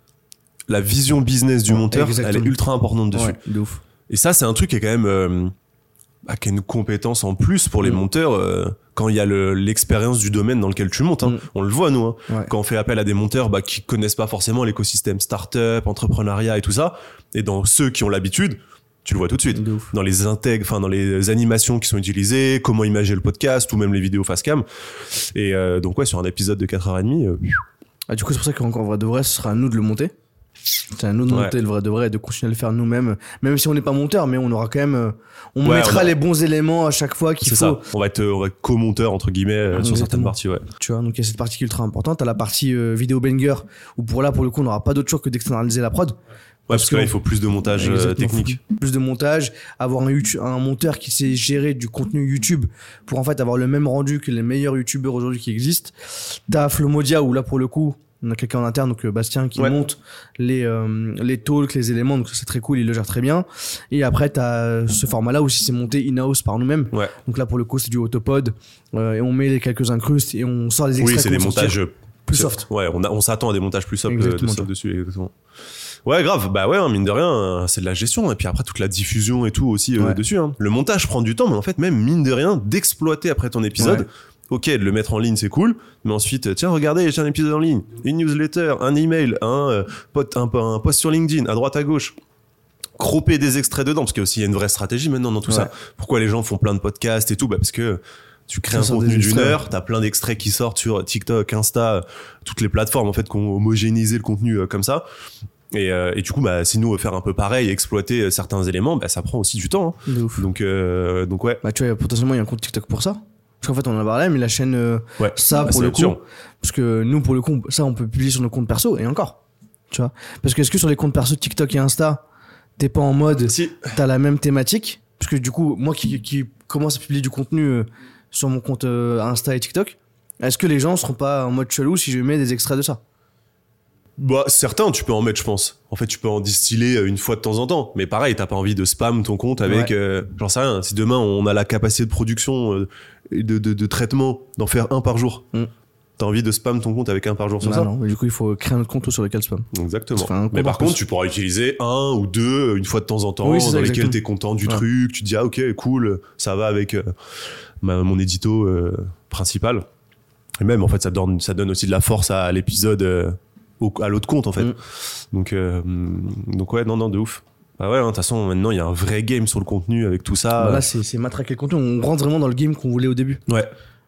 la vision business du ouais, monteur, exactement. Elle est ultra importante dessus. Ouais, de ouf. Et ça, c'est un truc qui est quand même... Euh, bah, qui est une compétence en plus pour les mmh. monteurs euh, quand il y a le, l'expérience du domaine dans lequel tu montes. Hein. Mmh. On le voit, nous. Hein. Ouais. Quand on fait appel à des monteurs bah, qui connaissent pas forcément l'écosystème start-up, entrepreneuriat et tout ça, et dans ceux qui ont l'habitude, tu le vois tout de suite. De dans les intègres, enfin dans les animations qui sont utilisées, comment imager le podcast ou même les vidéos face cam. Et euh, donc ouais, sur un épisode de quatre heures trente, euh... ah, du coup, c'est pour ça qu'en vrai de vrai, ce sera à nous de le monter. C'est à nous de Ouais. monter le vrai de vrai, de continuer à le faire nous-mêmes. Même si on n'est pas monteur, mais on aura quand même, euh, on Ouais, mettra on a- les bons éléments à chaque fois qu'il C'est faut. ça. On va être, euh, on va être co-monteur, entre guillemets, euh, sur Exactement. certaines parties, ouais. Tu vois, donc il y a cette partie qui est ultra importante. T'as la partie euh, vidéo banger, où pour là, pour le coup, on n'aura pas d'autre choix que d'externaliser la prod. Ouais, parce que là, que- il faut plus de montage euh, Exactement, technique. faut plus de montage, avoir un, YouTube, un monteur qui sait gérer du contenu YouTube pour en fait avoir le même rendu que les meilleurs YouTubeurs aujourd'hui qui existent. T'as Flomodia où là pour le coup on a quelqu'un en interne, donc euh, Bastien qui Ouais. monte les euh, les talks, les éléments, donc ça c'est très cool, il le gère très bien. Et après t'as ce format là où si c'est monté in-house par nous-mêmes. Ouais. Donc là pour le coup c'est du autopod euh, et on met les quelques incrustes et on sort les extraits. Oui, c'est qu'on des va sortir. montages plus c'est- soft. Ouais, on, a- on s'attend à des montages plus soft, euh, de Exactement, soft tu vois. dessus, exactement. Ouais, grave. Bah ouais, hein, mine de rien, euh, c'est de la gestion. Et puis après, toute la diffusion et tout aussi euh, Ouais. dessus. Hein. Le montage prend du temps, mais en fait, même mine de rien, d'exploiter après ton épisode. Ouais. Ok, de le mettre en ligne, c'est cool. Mais ensuite, euh, tiens, regardez, j'ai un épisode en ligne, une newsletter, un email, un, euh, post, un, un post sur LinkedIn, à droite, à gauche. Cropper des extraits dedans, parce qu'il y a aussi il y a une vraie stratégie maintenant dans tout Ouais. ça. Pourquoi les gens font plein de podcasts et tout? Bah parce que tu crées Ça un sort des contenu d'une extraits. heure, t'as plein d'extraits qui sortent sur TikTok, Insta, toutes les plateformes en fait qui ont homogénéisé le contenu euh, comme ça. Et, euh, et du coup, bah, si nous faire un peu pareil, exploiter euh, certains éléments, bah, ça prend aussi du temps. Hein. De ouf. Donc, euh, donc ouais. Bah tu vois, potentiellement il y a un compte TikTok pour ça. Parce qu'en fait on en a parlé, mais la chaîne euh, Ouais. ça Bah, pour c'est le coup, sûr. parce que nous pour le coup ça on peut publier sur nos comptes perso et encore, tu vois. Parce que est-ce que sur les comptes perso de TikTok et Insta, t'es pas en mode Si. t'as la même thématique? Parce que du coup moi qui, qui commence à publier du contenu euh, sur mon compte euh, Insta et TikTok, est-ce que les gens seront pas en mode chelou si je mets des extraits de ça? Bah, certains, tu peux en mettre, je pense. En fait, tu peux en distiller euh, une fois de temps en temps. Mais pareil, t'as pas envie de spam ton compte avec, Ouais. euh, j'en sais rien. Si demain on a la capacité de production euh, et de, de, de traitement d'en faire un par jour, Mm. t'as envie de spam ton compte avec un par jour sur Non, ça? non, mais du coup il faut créer un autre compte sur lequel spam. Exactement. Ça fait un Mais compte par en plus. contre, tu pourras utiliser un ou deux euh, une fois de temps en temps Oui, c'est ça, dans lesquels exactement. t'es content du Ouais. truc. Tu te dis, ah ok, cool, ça va avec euh, ma- mon édito euh, principal. Et même, en fait, ça donne, ça donne aussi de la force à l'épisode, euh, au- à l'autre compte, en fait. Mm. Donc, euh, donc ouais, non, non, de ouf. Bah ouais, hein, de toute façon, maintenant, il y a un vrai game sur le contenu avec tout ça. Bah là c'est c'est matraquer le contenu, on rentre vraiment dans le game qu'on voulait au début. Ouais.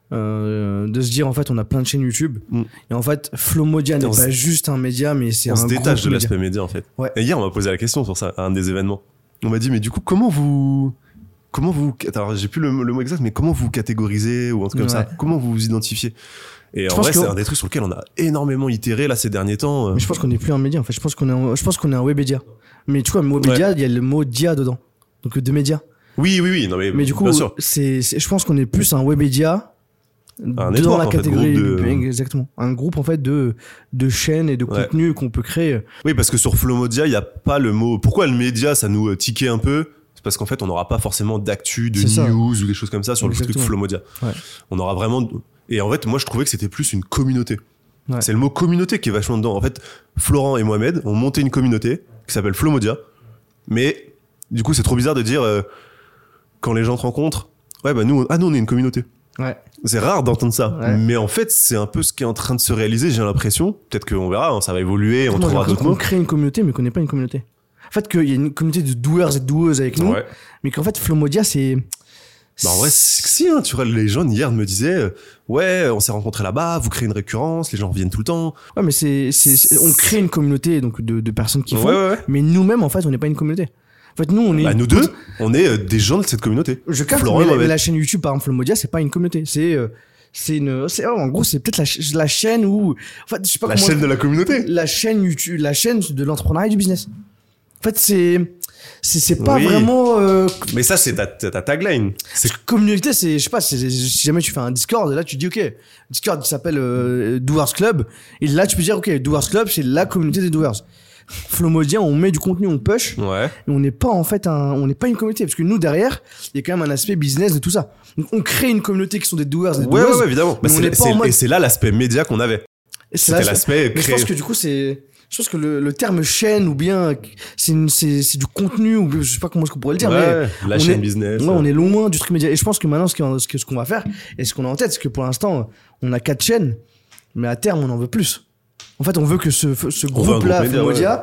Euh, de se dire en fait on a plein de chaînes YouTube Mm. et en fait Flomodia n'est On pas se- juste un média mais c'est On un se détache groupe de média. l'aspect média, en fait. Ouais. Et hier, on m'a posé la question sur ça, à un des événements. On m'a dit, mais du coup, comment vous... Comment vous... Alors, j'ai plus le, le mot exact, mais comment vous catégorisez ou un truc comme ça? Ouais. Comment vous vous identifiez? Et Je en pense vrai, que- c'est un des trucs sur lequel on a énormément itéré, là, ces derniers temps. Mais je pense qu'on n'est plus un média en fait, je pense qu'on est un, je pense qu'on est un webmédia. Mais tu vois, le mot Ouais. média, il y a le mot dia dedans. Donc de média. Oui, oui, oui, non, mais, Mais du coup, bien sûr. c'est c'est- je pense qu'on est plus un webmédia Un dans network, la en fait, catégorie groupe de- exactement, un groupe en fait de de chaînes et de Ouais. contenus qu'on peut créer. Oui, parce que sur Flomodia, il n'y a pas le mot... Pourquoi le média, ça nous euh, tiquait un peu? C'est parce qu'en fait, on n'aura pas forcément d'actu, de C'est ça. news ou des choses comme ça sur le Exactement. truc Flomodia. Ouais. On aura vraiment... Et en fait, moi, je trouvais que c'était plus une communauté. Ouais. C'est le mot communauté qui est vachement dedans. En fait, Florent et Mohamed ont monté une communauté qui s'appelle Flomodia. Mais du coup, c'est trop bizarre de dire, euh, quand les gens te rencontrent, ouais, bah nous, on- ah, nous, on est une communauté. Ouais. C'est rare d'entendre ça. Ouais. Mais en fait, c'est un peu ce qui est en train de se réaliser, j'ai l'impression. Peut-être qu'on verra, hein, ça va évoluer, on Moi, j'ai trouvera l'impression d'autres qu'on mots. crée une communauté mais qu'on n'est pas une communauté. En fait qu'il y a une communauté de doueurs et de doueuses avec nous, Ouais. mais qu'en fait Flomodia c'est Bah en vrai, c'est que si, hein, tu vois, les gens hier me disaient, euh, ouais, on s'est rencontrés là-bas, vous créez une récurrence, les gens reviennent tout le temps. Ouais, mais c'est, c'est, c'est- on crée une communauté donc de, de personnes qui Ouais, font, ouais, ouais. mais nous-mêmes en fait on n'est pas une communauté. En fait nous on est. Bah, nous deux, on est euh, des gens de cette communauté. Je capte, Florent mais, et la, Mohamed. mais la chaîne YouTube par exemple Flomodia c'est pas une communauté, c'est euh, c'est une, c'est, oh, en gros c'est peut-être la, ch- la chaîne où, en fait je sais pas La comment. chaîne de la communauté. La chaîne YouTube, la chaîne de l'entrepreneuriat et du business. En fait c'est, c'est, c'est pas Oui. vraiment. Euh, Mais ça, c'est ta, ta ta tagline. C'est communauté, c'est, je sais pas, c'est, c'est- si jamais tu fais un Discord, là tu dis ok, Discord il s'appelle euh, Doers Club, et là tu peux dire ok, Doers Club c'est la communauté des Doers. Flomodia, on met du contenu, on push, ouais. et on n'est pas en fait un, on n'est pas une communauté, parce que nous derrière, il y a quand même un aspect business de tout ça. Donc on crée une communauté qui sont des Doers, des Ouais, Doers, ouais, ouais, évidemment. Bah, mais c'est on n'est la- pas en c'est- mode- Et c'est là l'aspect média qu'on avait. et c'est C'était là- l'aspect Mais je créé. pense que du coup c'est, je pense que le, le terme chaîne ou bien c'est, une- c'est, c'est du contenu ou je sais pas comment est-ce qu'on pourrait le dire, mais Ouais, la on chaîne est- business. ouais, on est loin du truc média. Et je pense que maintenant, ce qu'on ce que- ce qu'on va faire, et ce qu'on a en tête, c'est que pour l'instant, on a quatre chaînes, mais à terme, on en veut plus. En fait, on veut que ce, ce On veut un groupe-là, groupe média, Flomodia,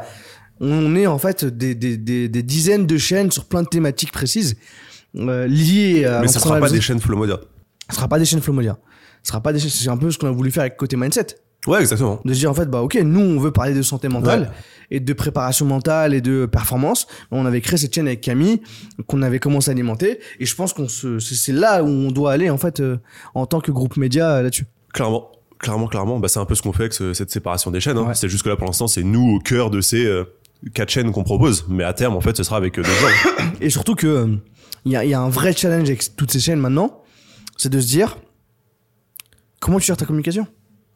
on ait en fait des, des, des, des dizaines de chaînes sur plein de thématiques précises euh, liées à. Mais ça sera pas des chaînes Flomodia. Ce sera pas des chaînes Flomodia. Ce sera pas des chaînes. C'est un peu ce qu'on a voulu faire avec Côté Mindset. Ouais, exactement. De se dire, en fait, bah, ok, nous, on veut parler de santé mentale Ouais. et de préparation mentale et de performance. On avait créé cette chaîne avec Camille, qu'on avait commencé à alimenter. Et je pense qu'on se, c'est, c'est là où on doit aller, en fait, euh, en tant que groupe média euh, là-dessus. Clairement. Clairement, clairement. Bah, c'est un peu ce qu'on fait avec ce- cette séparation des chaînes. Hein. Ouais. C'est juste que là, pour l'instant, c'est nous au cœur de ces euh, quatre chaînes qu'on propose. Mais à terme, en fait, ce sera avec euh, d'autres gens. Et surtout que, euh, il y a, il y a un vrai challenge avec toutes ces chaînes maintenant. C'est de se dire, comment tu gères ta communication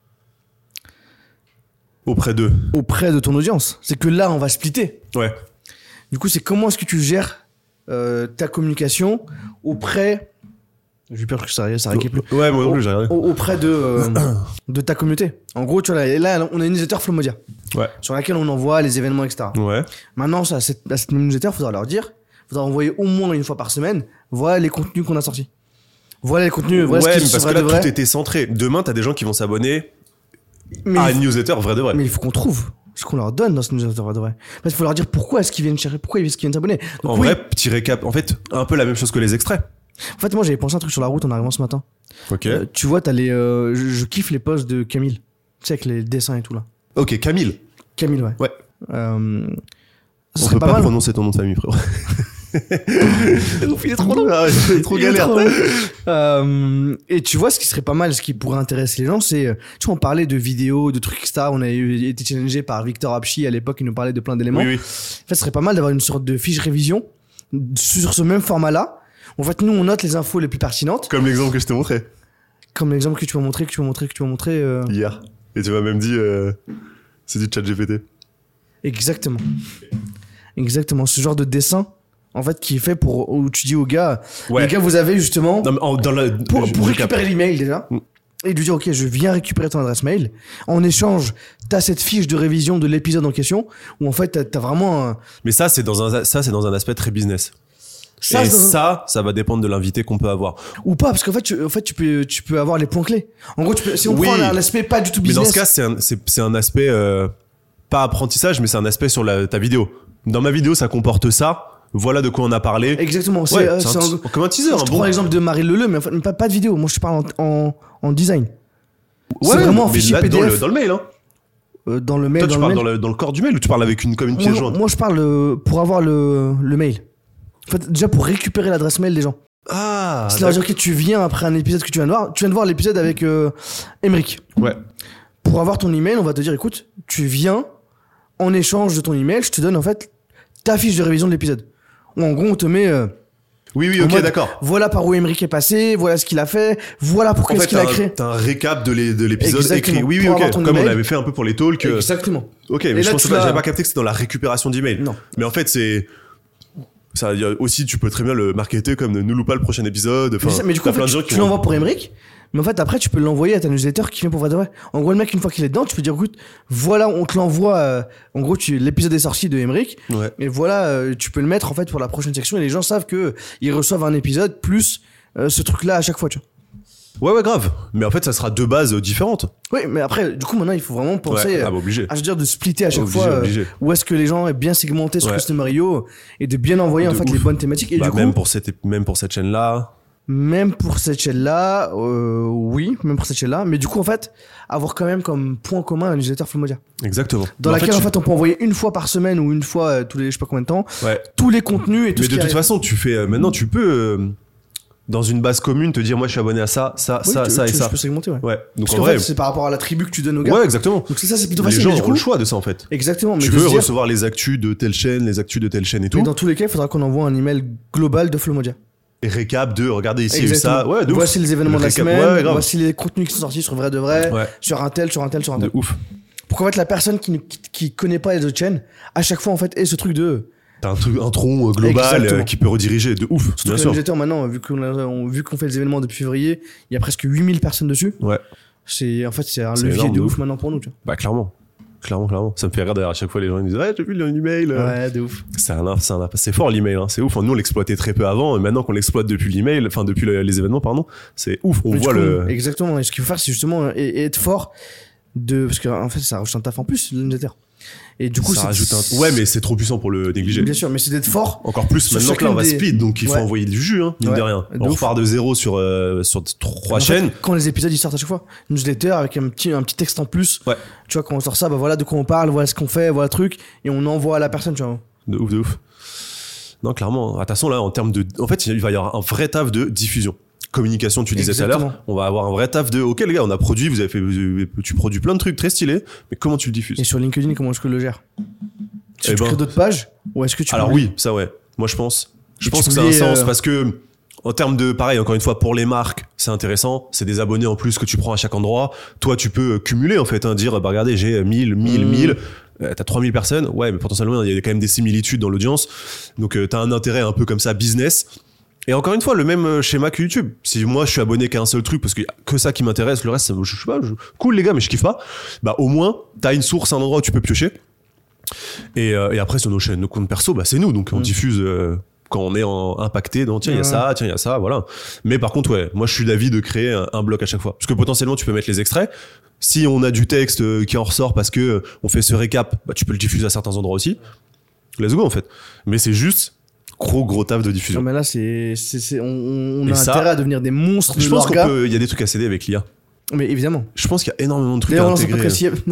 Auprès d'eux. auprès de ton audience. C'est que là, on va splitter. Ouais. Du coup, c'est comment est-ce que tu gères euh, ta communication auprès... J'ai peur que ça, ça rééquipe plus. Ouais, moi non plus, j'ai regardé. Au- auprès de, euh, de ta communauté. En gros, tu vois, là, là, on a une newsletter Flomodia Ouais. sur laquelle on envoie les événements, et cetera. Ouais. Maintenant, ça, cette, à cette newsletter, il faudra leur dire, il faudra envoyer au moins une fois par semaine, voilà les contenus qu'on a sortis. Voilà les contenus, voilà ouais, ce mais qui parce vrai que là, de vrai. tout était centré. Demain, t'as des gens qui vont s'abonner Mais, à il une newsletter vrai de vrai. faut, mais il faut qu'on trouve ce qu'on leur donne dans cette newsletter vrai de vrai. Parce qu'il faut leur dire pourquoi est-ce qu'ils viennent chercher, pourquoi est-ce qu'ils viennent s'abonner. Donc, En oui. vrai, petit récap. En fait, un peu la même chose que les extraits. En fait, moi, j'avais pensé un truc sur la route en arrivant ce matin. Ok. Euh, tu vois, t'as les, euh, je, je kiffe les posts de Camille. Tu sais, avec les dessins et tout là. Ok, Camille. Camille, ouais. Ouais. Euh, ce On serait peut pas pas mal. prononcer ton nom de famille, frérot. Il est trop long. Ah, il est trop Il est galère. trop long. Euh, et tu vois, ce qui serait pas mal, ce qui pourrait intéresser les gens, c'est, euh, tu vois, on parlait de vidéos, de trucs, et cetera. On a eu- été challengé par Victor Apchi à l'époque, il nous parlait de plein d'éléments. Oui, oui. En fait, ce serait pas mal d'avoir une sorte de fiche révision sur ce même format-là. En fait, nous, on note les infos les plus pertinentes, Comme l'exemple que je t'ai montré comme l'exemple que tu m'as montré, que tu m'as montré, que tu m'as montré. euh, hier. Et tu m'as même dit, euh, c'est du chat G P T. Exactement. Exactement. Ce genre de dessin, en fait, qui est fait pour, où tu dis aux gars, Ouais. les gars, vous avez justement, Non, mais en- dans la, pour, je- pour je récupérer capte. l'email déjà, Mm. et lui dire, ok, je viens récupérer ton adresse mail. En échange, t'as cette fiche de révision de l'épisode en question, où en fait, t'as, t'as vraiment un... Mais ça, c'est dans un, ça, c'est dans un aspect très business. Ça, Et c'est dans un- ça, ça va dépendre de l'invité qu'on peut avoir. Ou pas, parce qu'en fait, tu, en fait, tu peux, tu peux avoir les points clés. En gros, tu peux, si on Oui. prend un aspect pas du tout Mais business. dans ce cas, c'est un, c'est, c'est un aspect, euh, pas apprentissage, mais c'est un aspect sur la, ta vidéo. Dans ma vidéo, ça comporte ça. Voilà de quoi on a parlé. Exactement. C'est, Ouais, euh, c'est un c'est ti- un- comme un teaser, je un te bon. prends l'exemple de Marie Leleu, mais en fait, pas, pas de vidéo. Moi, je te parle en, en, en design. C'est vraiment un mais fichier là, P D F. Dans le, dans le mail, hein. Euh, dans le mail. Toi, dans tu le parles mail. dans le, dans le corps du mail ou tu parles avec une, comme une pièce moi, jointe? moi, je parle euh, pour avoir le, le mail. En fait, déjà pour récupérer l'adresse mail des gens. Ah, C'est leur dire que tu viens après un épisode que tu viens de voir. Tu viens de voir l'épisode avec euh, Emeric. ouais. Pour avoir ton email, on va te dire, écoute, tu viens en échange de ton email, je te donne en fait ta fiche de révision de l'épisode. Ou en gros, on te met, euh, Oui, oui, en ok, mode, d'accord. voilà par où Emeric est passé, voilà ce qu'il a fait, voilà pour En qu'est-ce fait, qu'il a t'as un, créé. t'as un récap de, les- de l'épisode Exactement. écrit. Oui, oui, Pour ok. avoir ton Comme on email. avait fait un peu pour les talks. euh, Exactement. Ok, mais Et je là, pense tu pas, l'as- j'avais pas capté que c'était dans la récupération d'email. Non. Mais en fait, c'est. Ça, y a aussi, tu peux très bien le marketer comme ne nous loupe pas le prochain épisode. Enfin, Mais, ça- mais du coup, t'as en fait, plein de gens tu, qui tu vont- l'envoies pour Emeric, mais en fait, après, tu peux l'envoyer à ta newsletter qui vient pour vrai de vrai. En gros, le mec, une fois qu'il est dedans, tu peux dire, écoute, voilà, on te l'envoie. euh, en gros, tu, l'épisode est sorti de Emeric, Ouais. et voilà, euh, tu peux le mettre en fait pour la prochaine section, et les gens savent que ils reçoivent un épisode plus euh, ce truc-là à chaque fois, tu vois. Ouais, ouais, grave. Mais en fait, ça sera deux bases euh, différentes. Oui, mais après, du coup, maintenant, il faut vraiment penser Ouais, euh, ah, bah, obligé. à se dire de splitter à chaque Obligé, fois euh, obligé. où est-ce que les gens est bien segmenté sur Ouais. Customer I O et de bien envoyer en De fait ouf. les bonnes thématiques. Et Bah, du coup, même pour cette, même pour cette chaîne-là. même pour cette chaîne-là, euh, oui, même pour cette chaîne-là, mais du coup, en fait, avoir quand même comme point commun la newsletter Flomodia. Exactement. Dans Mais laquelle, en tu- fait, on peut envoyer une fois par semaine ou une fois euh, tous les, je sais pas combien de temps, Ouais. tous les contenus et tout Mais ce de qui toute arrive. façon, tu fais, euh, maintenant, tu peux, euh, dans une base commune, te dire, moi, je suis abonné à ça, ça, Oui, ça, tu- ça tu- et ça. Je peux segmenter, ouais. Ouais. Donc, Parce en qu'en vrai. fait, c'est par rapport à la tribu que tu donnes aux gars. Ouais, exactement. Donc c'est ça, c'est plutôt Les facile. gens mais du auront le coup, choix de ça, en fait. exactement. Mais Tu de veux se dire- recevoir les actus de telle chaîne, les actus de telle chaîne et tout. mais dans tous les cas, il faudra qu'on envoie un email global de Flomodia. Et récap de, regardez ici, il y a eu Exactement. ça. Ouais, de ouf. Voici les événements Le de la récap, semaine, ouais, grave. voici les contenus qui sont sortis sur vrai de vrai, Ouais. sur un tel, sur un tel, sur un tel. De ouf. Pour qu'en fait la personne qui, ne- qui, qui connaît pas les autres chaînes, à chaque fois en fait ait ce truc de... T'as un truc, un tronc euh, global Exactement. euh, qui peut rediriger. De ouf, Surtout bien que sûr. la newsletter maintenant, vu qu'on, a- on- vu qu'on fait les événements depuis février, il y a presque huit mille personnes dessus. Ouais. C'est, en fait, c'est un C'est levier énorme, de de ouf ouf. maintenant pour nous, tu Bah, clairement. Clairement, clairement. Ça me fait rire d'ailleurs à chaque fois les gens ils disent, ouais, j'ai vu le email. vois. Ouais, de ouf. C'est un, c'est un, c'est fort l'email, hein. C'est ouf. Nous, on l'exploitait très peu avant. Et maintenant qu'on l'exploite depuis l'email, enfin, depuis le- les événements, pardon, c'est ouf. On Mais du voit coup, le. Exactement. Et ce qu'il faut faire, c'est justement et- et être fort de, parce que en fait, ça rajoute un taf en plus, le newsletter. Et du coup, ça c'est rajoute un. Ouais, mais c'est trop puissant pour le négliger. Bien sûr, mais c'est d'être fort. Encore plus maintenant que là, on va des... speed, donc il faut ouais. envoyer du jus, hein, mine ouais. de rien. De on ouf. repart de zéro sur, euh, sur trois chaînes. Fait, quand les épisodes ils sortent à chaque fois, newsletter avec un petit, un petit texte en plus. Ouais. Tu vois, quand on sort ça, bah voilà de quoi on parle, voilà ce qu'on fait, voilà le truc, et on envoie à la personne, tu vois. De ouf, de ouf. Non, clairement. De toute façon, là, en termes de. En fait, il va y avoir un vrai taf de diffusion. Communication, tu disais Exactement. tout à l'heure, on va avoir un vrai taf de ok les gars, on a produit, vous avez fait, tu produis plein de trucs très stylés, mais comment tu le diffuses? Et sur LinkedIn, comment est-ce que le gères? Est-ce que tu ben, crées d'autres pages ou est-ce que tu alors oui, ça ouais, moi je pense, je pense que ça a un sens euh... parce que en termes de pareil, encore une fois pour les marques, c'est intéressant, c'est des abonnés en plus que tu prends à chaque endroit. Toi, tu peux cumuler en fait, hein, dire bah regardez j'ai mille, mille, mmh. mille. Euh, t'as trois mille personnes, ouais, mais potentiellement il y a quand même des similitudes dans l'audience, donc euh, t'as un intérêt un peu comme ça business. Et encore une fois, le même schéma que YouTube. Si moi, je suis abonné qu'à un seul truc parce qu'il y a que ça qui m'intéresse, le reste, je sais pas, je... cool les gars, mais je kiffe pas. Bah, au moins, t'as une source, un endroit où tu peux piocher. Et, euh, et après, sur nos chaînes, nos comptes perso, bah, c'est nous. Donc, on mmh. diffuse, euh, quand on est en, impacté dans, tiens, il y a ça, tiens, il y a ça, voilà. Mais par contre, ouais, moi, je suis d'avis de créer un, un bloc à chaque fois. Parce que potentiellement, tu peux mettre les extraits. Si on a du texte qui en ressort parce que on fait ce récap, bah, tu peux le diffuser à certains endroits aussi. Let's go, en fait. Mais c'est juste, gros gros taf de diffusion. Non mais là c'est c'est, c'est on, on a ça, intérêt à devenir des monstres. Je de pense l'orga. qu'on peut, il y a des trucs à céder avec l'I A. Mais évidemment. Je pense qu'il y a énormément de trucs D'ailleurs, à intégrer. Non,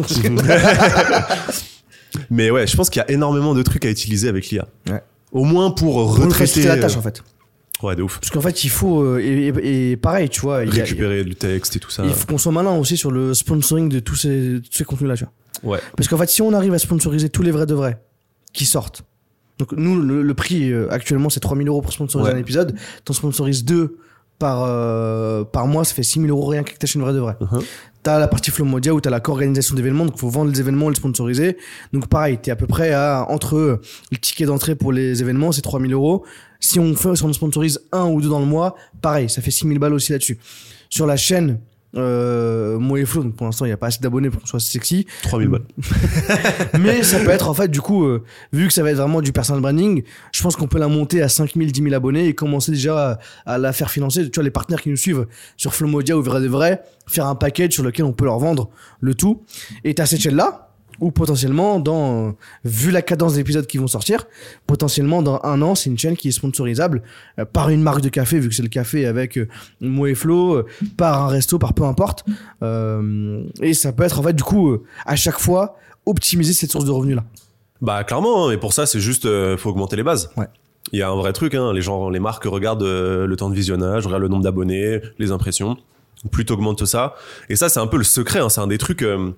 mais ouais, je pense qu'il y a énormément de trucs à utiliser avec l'I A. Ouais. Au moins pour, pour retraiter la tâche en fait. Ouais, de ouf. Parce qu'en fait, il faut euh, et, et, et pareil, tu vois, récupérer il y a, du texte et tout ça. Il faut qu'on soit malin aussi sur le sponsoring de tous ces tous ces contenus là, tu vois. Ouais. Parce qu'en fait, si on arrive à sponsoriser tous les vrais de vrais qui sortent. Donc nous, le, le prix euh, actuellement, c'est trois mille euros pour sponsoriser ouais. un épisode. T'en sponsorises deux par euh, par mois, ça fait six mille euros rien qu'avec ta chaîne vraie de vrai. Uh-huh. T'as la partie Flomodia où t'as la co-organisation d'événements, donc faut vendre les événements, les sponsoriser. Donc pareil, t'es à peu près à entre euh, le ticket d'entrée pour les événements, c'est trois mille euros. Si on fait, si on sponsorise un ou deux dans le mois, pareil, ça fait six mille balles aussi là-dessus. Sur la chaîne. Euh, Mo et Flo, donc pour l'instant il n'y a pas assez d'abonnés pour qu'on soit sexy. trois mille balles. Mais ça peut être en fait, du coup, euh, vu que ça va être vraiment du personal branding, je pense qu'on peut la monter à cinq mille, dix mille abonnés et commencer déjà à, à la faire financer. Tu vois, les partenaires qui nous suivent sur Flomodia ou Vrai de Vrai, faire un package sur lequel on peut leur vendre le tout. Et t'as cette chaîne-là, ou potentiellement, dans, euh, vu la cadence des épisodes qui vont sortir, potentiellement dans un an, c'est une chaîne qui est sponsorisable euh, par une marque de café, vu que c'est le café avec euh, Mo et Flo, euh, par un resto, par peu importe. Euh, et ça peut être en fait, du coup, euh, à chaque fois, optimiser cette source de revenus-là. Bah clairement, hein, et pour ça, c'est juste, euh, faut augmenter les bases. Ouais. Il y a un vrai truc, hein, les gens, les marques regardent euh, le temps de visionnage, regardent le nombre d'abonnés, les impressions. Plus t'augmentes ça. Et ça, c'est un peu le secret, hein, c'est un des trucs... Euh,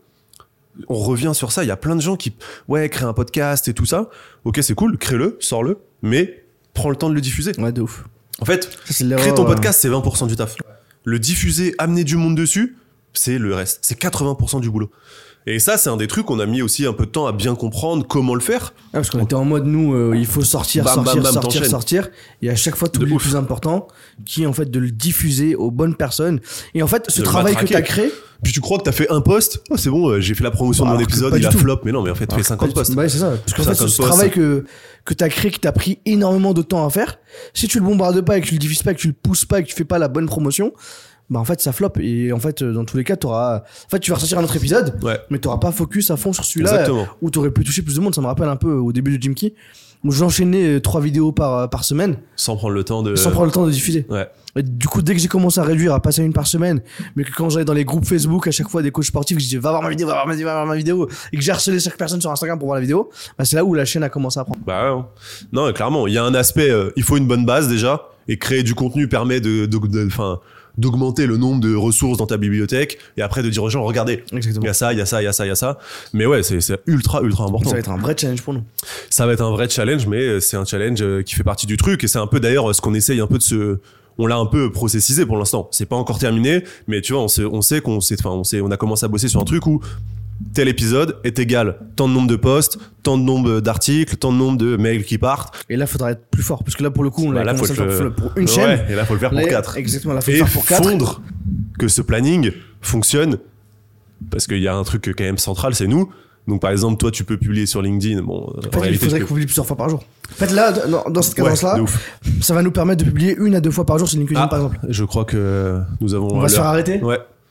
on revient sur ça, il y a plein de gens qui ouais créent un podcast et tout ça, ok c'est cool, crée-le, sors-le, mais prends le temps de le diffuser. Ouais, de ouf. En fait, créer ton podcast c'est vingt pour cent du taf, le diffuser, amener du monde dessus, c'est le reste, c'est quatre-vingts pour cent du boulot. Et ça, c'est un des trucs qu'on a mis aussi un peu de temps à bien comprendre comment le faire. Ah, parce qu'on était en mode, nous, euh, il faut sortir, bam, sortir, bam, bam, sortir, t'enchaînes. sortir. Et à chaque fois, tout le plus important, qui est en fait de le diffuser aux bonnes personnes. Et en fait, ce de travail que t'as créé. Puis tu crois que t'as fait un post, oh, c'est bon, j'ai fait la promotion bah, de mon épisode, il a tout. flop. Mais non, mais en fait, tu fais cinquante posts. Bah, c'est ça. Parce qu'en fait, ce posts, travail que, que t'as créé, qui t'a pris énormément de temps à faire, si tu le bombardes pas et que tu le diffuses pas, que tu le pousses pas et que tu fais pas la bonne promotion, bah en fait ça flop et en fait dans tous les cas t'auras en fait tu vas ressortir un autre épisode ouais. mais t'auras pas focus à fond sur celui-là. Exactement. Où t'aurais pu toucher plus de monde. Ça me rappelle un peu au début de Jim Key où j'enchaînais trois vidéos par par semaine sans prendre le temps de sans prendre le temps de diffuser. Ouais. Et du coup dès que j'ai commencé à réduire à passer à une par semaine, mais que quand j'allais dans les groupes Facebook à chaque fois des coachs sportifs que je disais va voir ma vidéo va voir ma vidéo va voir ma vidéo et que j'ai harcelé chaque personne sur Instagram pour voir la vidéo, bah c'est là où la chaîne a commencé à prendre. Bah ouais. Non clairement il y a un aspect euh, il faut une bonne base déjà et créer du contenu permet de de enfin d'augmenter le nombre de ressources dans ta bibliothèque et après de dire aux gens regardez il y a ça il y a ça il y a ça il y a ça mais ouais c'est c'est ultra ultra important. Ça va être un vrai challenge pour nous. Ça va être un vrai challenge mais c'est un challenge qui fait partie du truc et c'est un peu d'ailleurs ce qu'on essaye un peu de se on l'a un peu processisé pour l'instant. C'est pas encore terminé mais tu vois on sait on sait qu'on sait enfin on sait on a commencé à bosser sur un truc où tel épisode est égal tant de nombre de posts, tant de nombre d'articles, tant de nombre de mails qui partent. Et là, il faudra être plus fort parce que là, pour le coup, on bah, l'a commencé à faire le... pour une ouais, chaîne. Et là, faut le faire pour là, quatre. Exactement, là, faut et le faire pour quatre. fondre que ce planning fonctionne parce qu'il y a un truc quand même central, c'est nous. Donc, par exemple, toi, tu peux publier sur LinkedIn. Bon, en fait, en réalité, il faudrait qu'on publie plusieurs fois par jour. En fait, là, dans, dans cette cadence-là, ouais, ça va nous permettre de publier une à deux fois par jour sur LinkedIn, ah, par exemple. Je crois que nous avons. On va se faire arrêter. Ouais.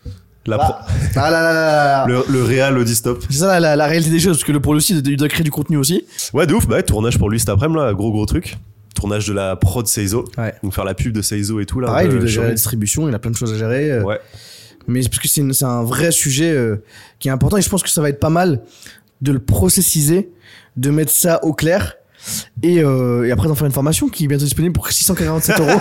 La Bah. Ah là là là là. Le, le réal dit stop. C'est ça la, la, la réalité des choses, parce que le pour le site, il doit créer du contenu aussi. Ouais, de ouf. Bah, ouais, tournage pour lui cet après-midi, là. Gros, gros truc. Tournage de la prod Seizo. Ouais. Donc, faire la pub de Seizo et tout, là. Pareil, un peu lui doit gérer chaud. la distribution, il a plein de choses à gérer. euh, Ouais. Mais c'est parce que c'est, une- c'est un vrai sujet euh, qui est important et je pense que ça va être pas mal de le processiser, de mettre ça au clair et, euh, et après d'en faire une formation qui est bientôt disponible pour six cent quarante-sept euros.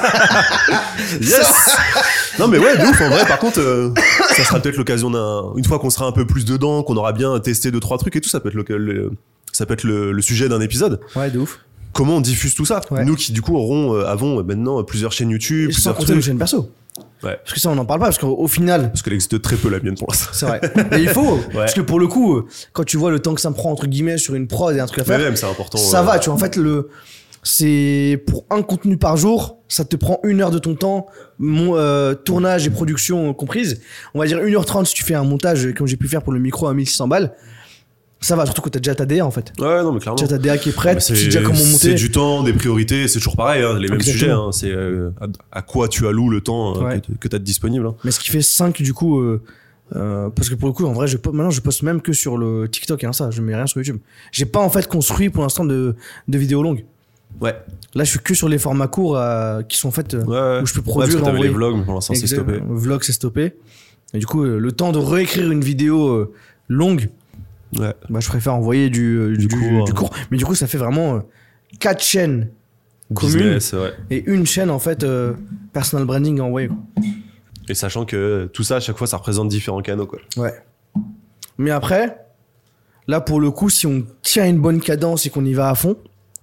Yes. Non, mais ouais, de ouf. En vrai, par contre, euh, ça sera peut-être l'occasion d'un. Une fois qu'on sera un peu plus dedans, qu'on aura bien testé deux, trois trucs et tout, ça peut être le, le- ça peut être le, le sujet d'un épisode. Ouais, de ouf. Comment on diffuse tout ça? Ouais. Nous qui, du coup, aurons, euh, avons euh, maintenant plusieurs chaînes YouTube, Et sans plusieurs compter nos trucs. chaînes perso. Ouais. Parce que ça, on n'en parle pas, parce qu'au au final, Parce qu'elle existe très peu, la mienne, pour l'instant. c'est vrai. Mais il faut, parce que pour le coup, euh, quand tu vois le temps que ça me prend, entre guillemets, sur une prod et un truc à Mais faire, même, c'est important. ça euh, va, tu vois. En fait, le, c'est pour un contenu par jour, ça te prend une heure de ton temps, mon, euh, tournage et production comprises. On va dire une heure trente si tu fais un montage, comme j'ai pu faire pour le micro à mille six cents balles. Ça va, surtout quand t'as déjà ta D A en fait. Ouais, non, mais clairement. Tu as ta D A qui est prête, Mais tu sais déjà comment C'est monter. du temps, des priorités, c'est toujours pareil, hein, les mêmes Exactement. sujets. Hein, c'est euh, à, à quoi tu alloues le temps euh, Ouais. que, que tu as de disponible. Hein. Mais ce qui fait cinq du coup, euh, euh, parce que pour le coup, en vrai, je, po- maintenant je poste même que sur le TikTok et Insta, je mets rien sur YouTube. J'ai pas en fait construit pour l'instant de, de vidéos longues. Ouais. Là, je suis que sur les formats courts euh, qui sont en fait. euh, Ouais, ouais. Où je peux Ouais, parce produire que et t'avais les envoyer. vlogs, mais pour l'instant, c'est Exact- stoppé. Le vlog c'est stoppé. Et du coup, euh, le temps de réécrire une vidéo euh, longue, Ouais. bah, je préfère envoyer du, euh, Du du, court, du hein. court. Mais du coup, ça fait vraiment euh, quatre chaînes communes Business, ouais. et une chaîne en fait euh, personal branding à envoyer. quoi. Et sachant que tout ça, à chaque fois, ça représente différents canaux, quoi. Ouais. Mais après, là pour le coup, si on tient une bonne cadence et qu'on y va à fond,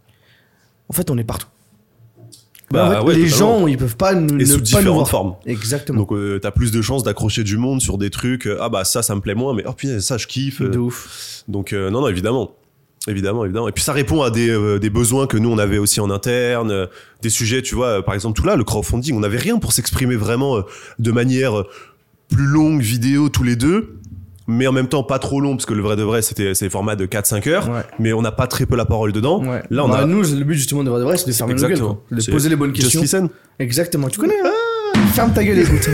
en fait, on est partout. Bah, En fait, ouais, les totalement. gens, ils peuvent pas ne, Et ne sous pas nous différentes voir. formes. Exactement. Donc, euh, t'as plus de chances d'accrocher du monde sur des trucs. euh, ah, bah, ça, ça me plaît moins, mais oh, putain, ça, je kiffe. euh. de ouf. Donc, euh, non, non, évidemment. Évidemment, évidemment. Et puis, ça répond à des, euh, des besoins que nous, on avait aussi en interne. euh, des sujets, tu vois, euh, par exemple, tout là, le crowdfunding, on n'avait rien pour s'exprimer vraiment euh, de manière euh, plus longue, vidéo, tous les deux. Mais en même temps, pas trop long, parce que le vrai de vrai, c'était c'est des formats de quatre cinq heures. Ouais. Mais on n'a pas très peu la parole dedans. Ouais. Là, on Bah, a. nous, le but justement de vrai de vrai, c'est de fermer nos gueules, Exactement. quoi. De C'est poser les bonnes Just questions. listen, Exactement. Tu connais, hein Ferme ta gueule, écoute.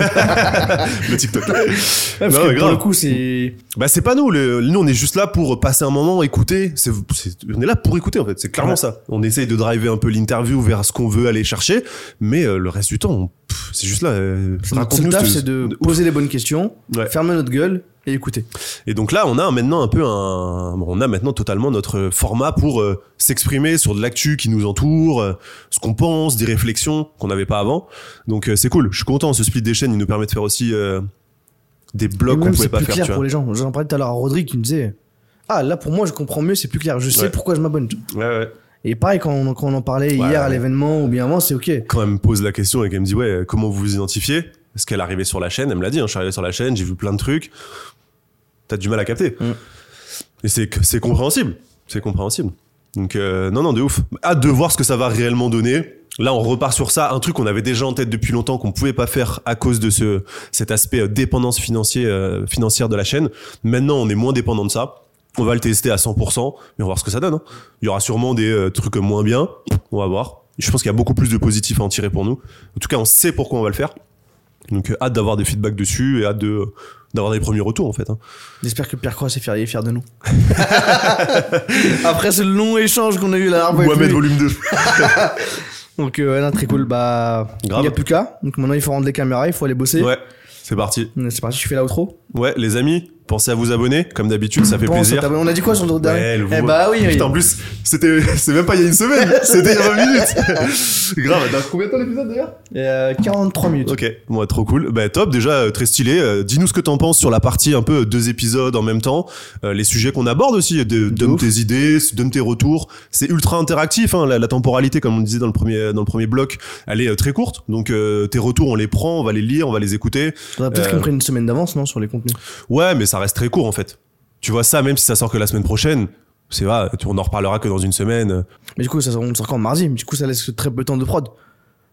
le TikTok. Ouais, parce Non, que mais pour grave. le coup, c'est. Bah c'est pas nous, le- nous on est juste là pour passer un moment, écouter. C'est, c'est- on est là pour écouter en fait, c'est clairement Ouais. ça. On essaye de driver un peu l'interview vers ce qu'on veut aller chercher, mais euh, le reste du temps, on- pff, c'est juste là. Euh, Notre seul raconte-nous taf, ce- c'est de de ouf. poser les bonnes questions, Ouais. fermer notre gueule et écouter. Et donc là, on a maintenant un peu un, bon, on a maintenant totalement notre format pour euh, s'exprimer sur de l'actu qui nous entoure, euh, ce qu'on pense, des réflexions qu'on n'avait pas avant. Donc euh, c'est cool. Je suis content. Ce split des chaînes, il nous permet de faire aussi euh, des blogs Et qu'on même, pouvait c'est pas plus faire. clair Tu pour vois. les gens. J'en parlais tout à l'heure à Rodrigue qui me disait Ah, là pour moi, je comprends mieux, c'est plus clair. Je sais Ouais. pourquoi je m'abonne. tu vois. Ouais, ouais. Et pareil, quand on, quand on en parlait Ouais, hier à ouais. l'événement ou bien avant, c'est ok. Quand elle me pose la question et qu'elle me dit ouais, comment vous vous identifiez? Est-ce qu'elle est arrivée sur la chaîne? Elle me l'a dit. Hein, je suis arrivé sur la chaîne, j'ai vu plein de trucs. T'as du mal à capter. Mm. Et c'est c'est compréhensible. C'est compréhensible. Donc euh, non non de ouf. Hâte de voir ce que ça va réellement donner. Là on repart sur ça, un truc qu'on avait déjà en tête depuis longtemps qu'on pouvait pas faire à cause de ce cet aspect euh, dépendance financier euh, financière de la chaîne. Maintenant on est moins dépendant de ça. On va le tester à cent pour cent, mais on va voir ce que ça donne. Hein. Il y aura sûrement des euh, trucs moins bien. On va voir. Je pense qu'il y a beaucoup plus de positifs à en tirer pour nous. En tout cas on sait pourquoi on va le faire. Donc euh, hâte d'avoir des feedbacks dessus et hâte de d'avoir des premiers retours en fait. Hein. J'espère que Pierre Croix est fier, est fier de nous. Après ce long échange qu'on a eu là, avec Mohamed lui. volume deux. Donc, euh, non, très cool. Bah, il Grave. n'y a plus qu'à. Donc maintenant, il faut rendre les caméras, il faut aller bosser. Ouais, c'est parti. C'est parti, je fais l'outro. Ouais, les amis, pensez à vous abonner, comme d'habitude, ça fait Pense, plaisir. t'as- On a dit quoi sur le dernier Ouais, le Eh vous- bah oui, Putain, oui. en plus, c'était, c'est même pas il y a une semaine, c'était il y a vingt minutes. Grave, dans combien de temps l'épisode d'ailleurs? Euh, quarante-trois minutes. Ok, bon, trop cool. Bah, top, déjà, euh, très stylé. Euh, dis-nous ce que t'en penses sur la partie un peu euh, deux épisodes en même temps. Euh, les sujets qu'on aborde aussi, de, donne ouf. tes idées, donne tes retours. C'est ultra interactif, hein, la, la temporalité, comme on disait dans le premier, dans le premier bloc, elle est euh, très courte. Donc, euh, tes retours, on les prend, on va les lire, on va les écouter. Faudrait peut-être Euh, qu'on prenne une semaine d'avance, non, sur les contenus. Ouais, mais ça reste très court en fait. Tu vois ça, même si ça sort que la semaine prochaine, c'est vrai, on en reparlera que dans une semaine. Mais du coup, ça sort, on sort quand mardi. Mais du coup, ça laisse très peu de temps de prod.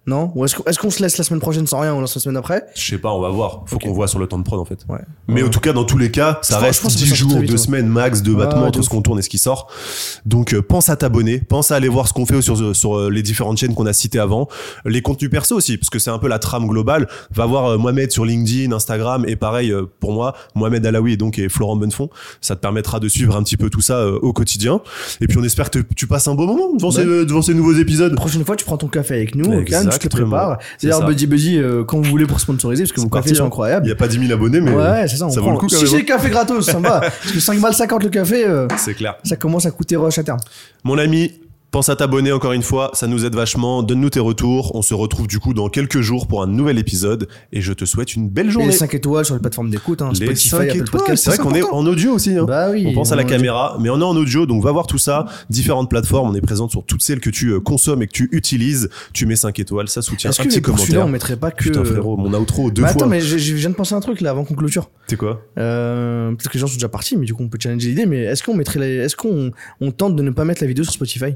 Non? Ou est-ce qu'on est-ce qu'on se laisse la semaine prochaine sans rien, on lance la semaine après? Je sais pas, on va voir. Faut Ok. qu'on voit sur le temps de prod en fait. Ouais. Mais Ouais. en tout cas, dans tous les cas, ça Je pense- je reste pense que dix ça sort jours, très vite, deux ouais. semaines max de Ouais, battement ouais, entre de ce qu'on tourne et ce qui sort. Donc euh, pense à t'abonner, pense à aller voir ce qu'on fait sur, sur euh, les différentes chaînes qu'on a citées avant. Les contenus perso aussi, parce que c'est un peu la trame globale. Va voir euh, Mohamed sur LinkedIn, Instagram, et pareil euh, pour moi, Mohamed Alaoui et donc et Florent Bonnefond. Ça te permettra de suivre un petit peu tout ça euh, au quotidien. Et puis on espère que tu passes un beau moment devant, Ouais. ces, euh, devant ces nouveaux épisodes. La prochaine fois, tu prends ton café avec nous, au calme, tu te le Exactement. prépares. C'est D'ailleurs, ça. Buddy Buddy, euh, quand vous voulez pour sponsoriser, parce que C'est vos parti, cafés sont hein. incroyables. Il y a pas dix mille abonnés, mais Ouais, c'est ça, on ça vaut prend. le coup quand Si même. c'est café gratos, ça me va. Parce que cinq balles cinquante le café, euh, C'est clair. ça commence à coûter rush à terme. Mon ami, pense à t'abonner encore une fois, ça nous aide vachement. Donne-nous tes retours. On se retrouve du coup dans quelques jours pour un nouvel épisode et je te souhaite une belle Et journée. les cinq étoiles sur les plateformes d'écoute, hein, Les Spotify, cinq Apple étoiles. Podcast. C'est vrai qu'on est important. en audio aussi. Hein. Bah oui. On pense à la on- caméra, mais on est en audio, donc va voir tout ça. Différentes plateformes, on est présent sur toutes celles que tu euh, consommes et que tu utilises. Tu mets cinq étoiles, ça soutient. Est-ce Un que petit pour celui-là, commentaire. on mettrait pas que. Putain frérot, mon outro deux Bah fois. attends, mais je, je viens de penser à un truc là avant qu'on clôture. C'est quoi? Euh, Peut-être que les gens sont déjà partis, mais du coup on peut challenger l'idée. Mais est-ce qu'on mettrait, la- est-ce qu'on on tente de ne pas mettre la vidéo sur Spotify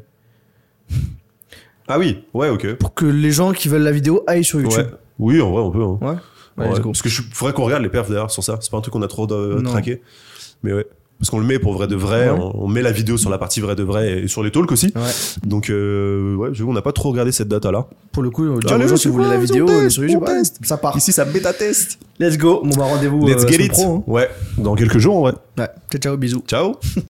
Ah oui, ouais, ok. pour que les gens qui veulent la vidéo aillent sur YouTube? Ouais. Oui, en vrai, on peut. Hein. Ouais. Ouais, Ouais, let's go. parce que je faudrait qu'on regarde les perfs d'ailleurs sur ça. C'est pas un truc qu'on a trop de, Non. traqué. Mais ouais. Parce qu'on le met pour vrai de vrai, Ouais. on, on met la vidéo sur la partie vrai de vrai et sur les talks aussi. Ouais. Donc, euh, ouais, j'avoue, on n'a pas trop regardé cette data là. Pour le coup, euh, dire Allez, aux gens c'est si vous voulez quoi, la on vidéo teste, on est sur YouTube, on ouais, teste. ça part. Ici, ça bêta test. Let's go. Bon bah rendez-vous. Let's euh, get semaine it. pro, hein. Ouais, dans quelques jours, en vrai. Ouais. Ciao ciao, bisous. Ciao.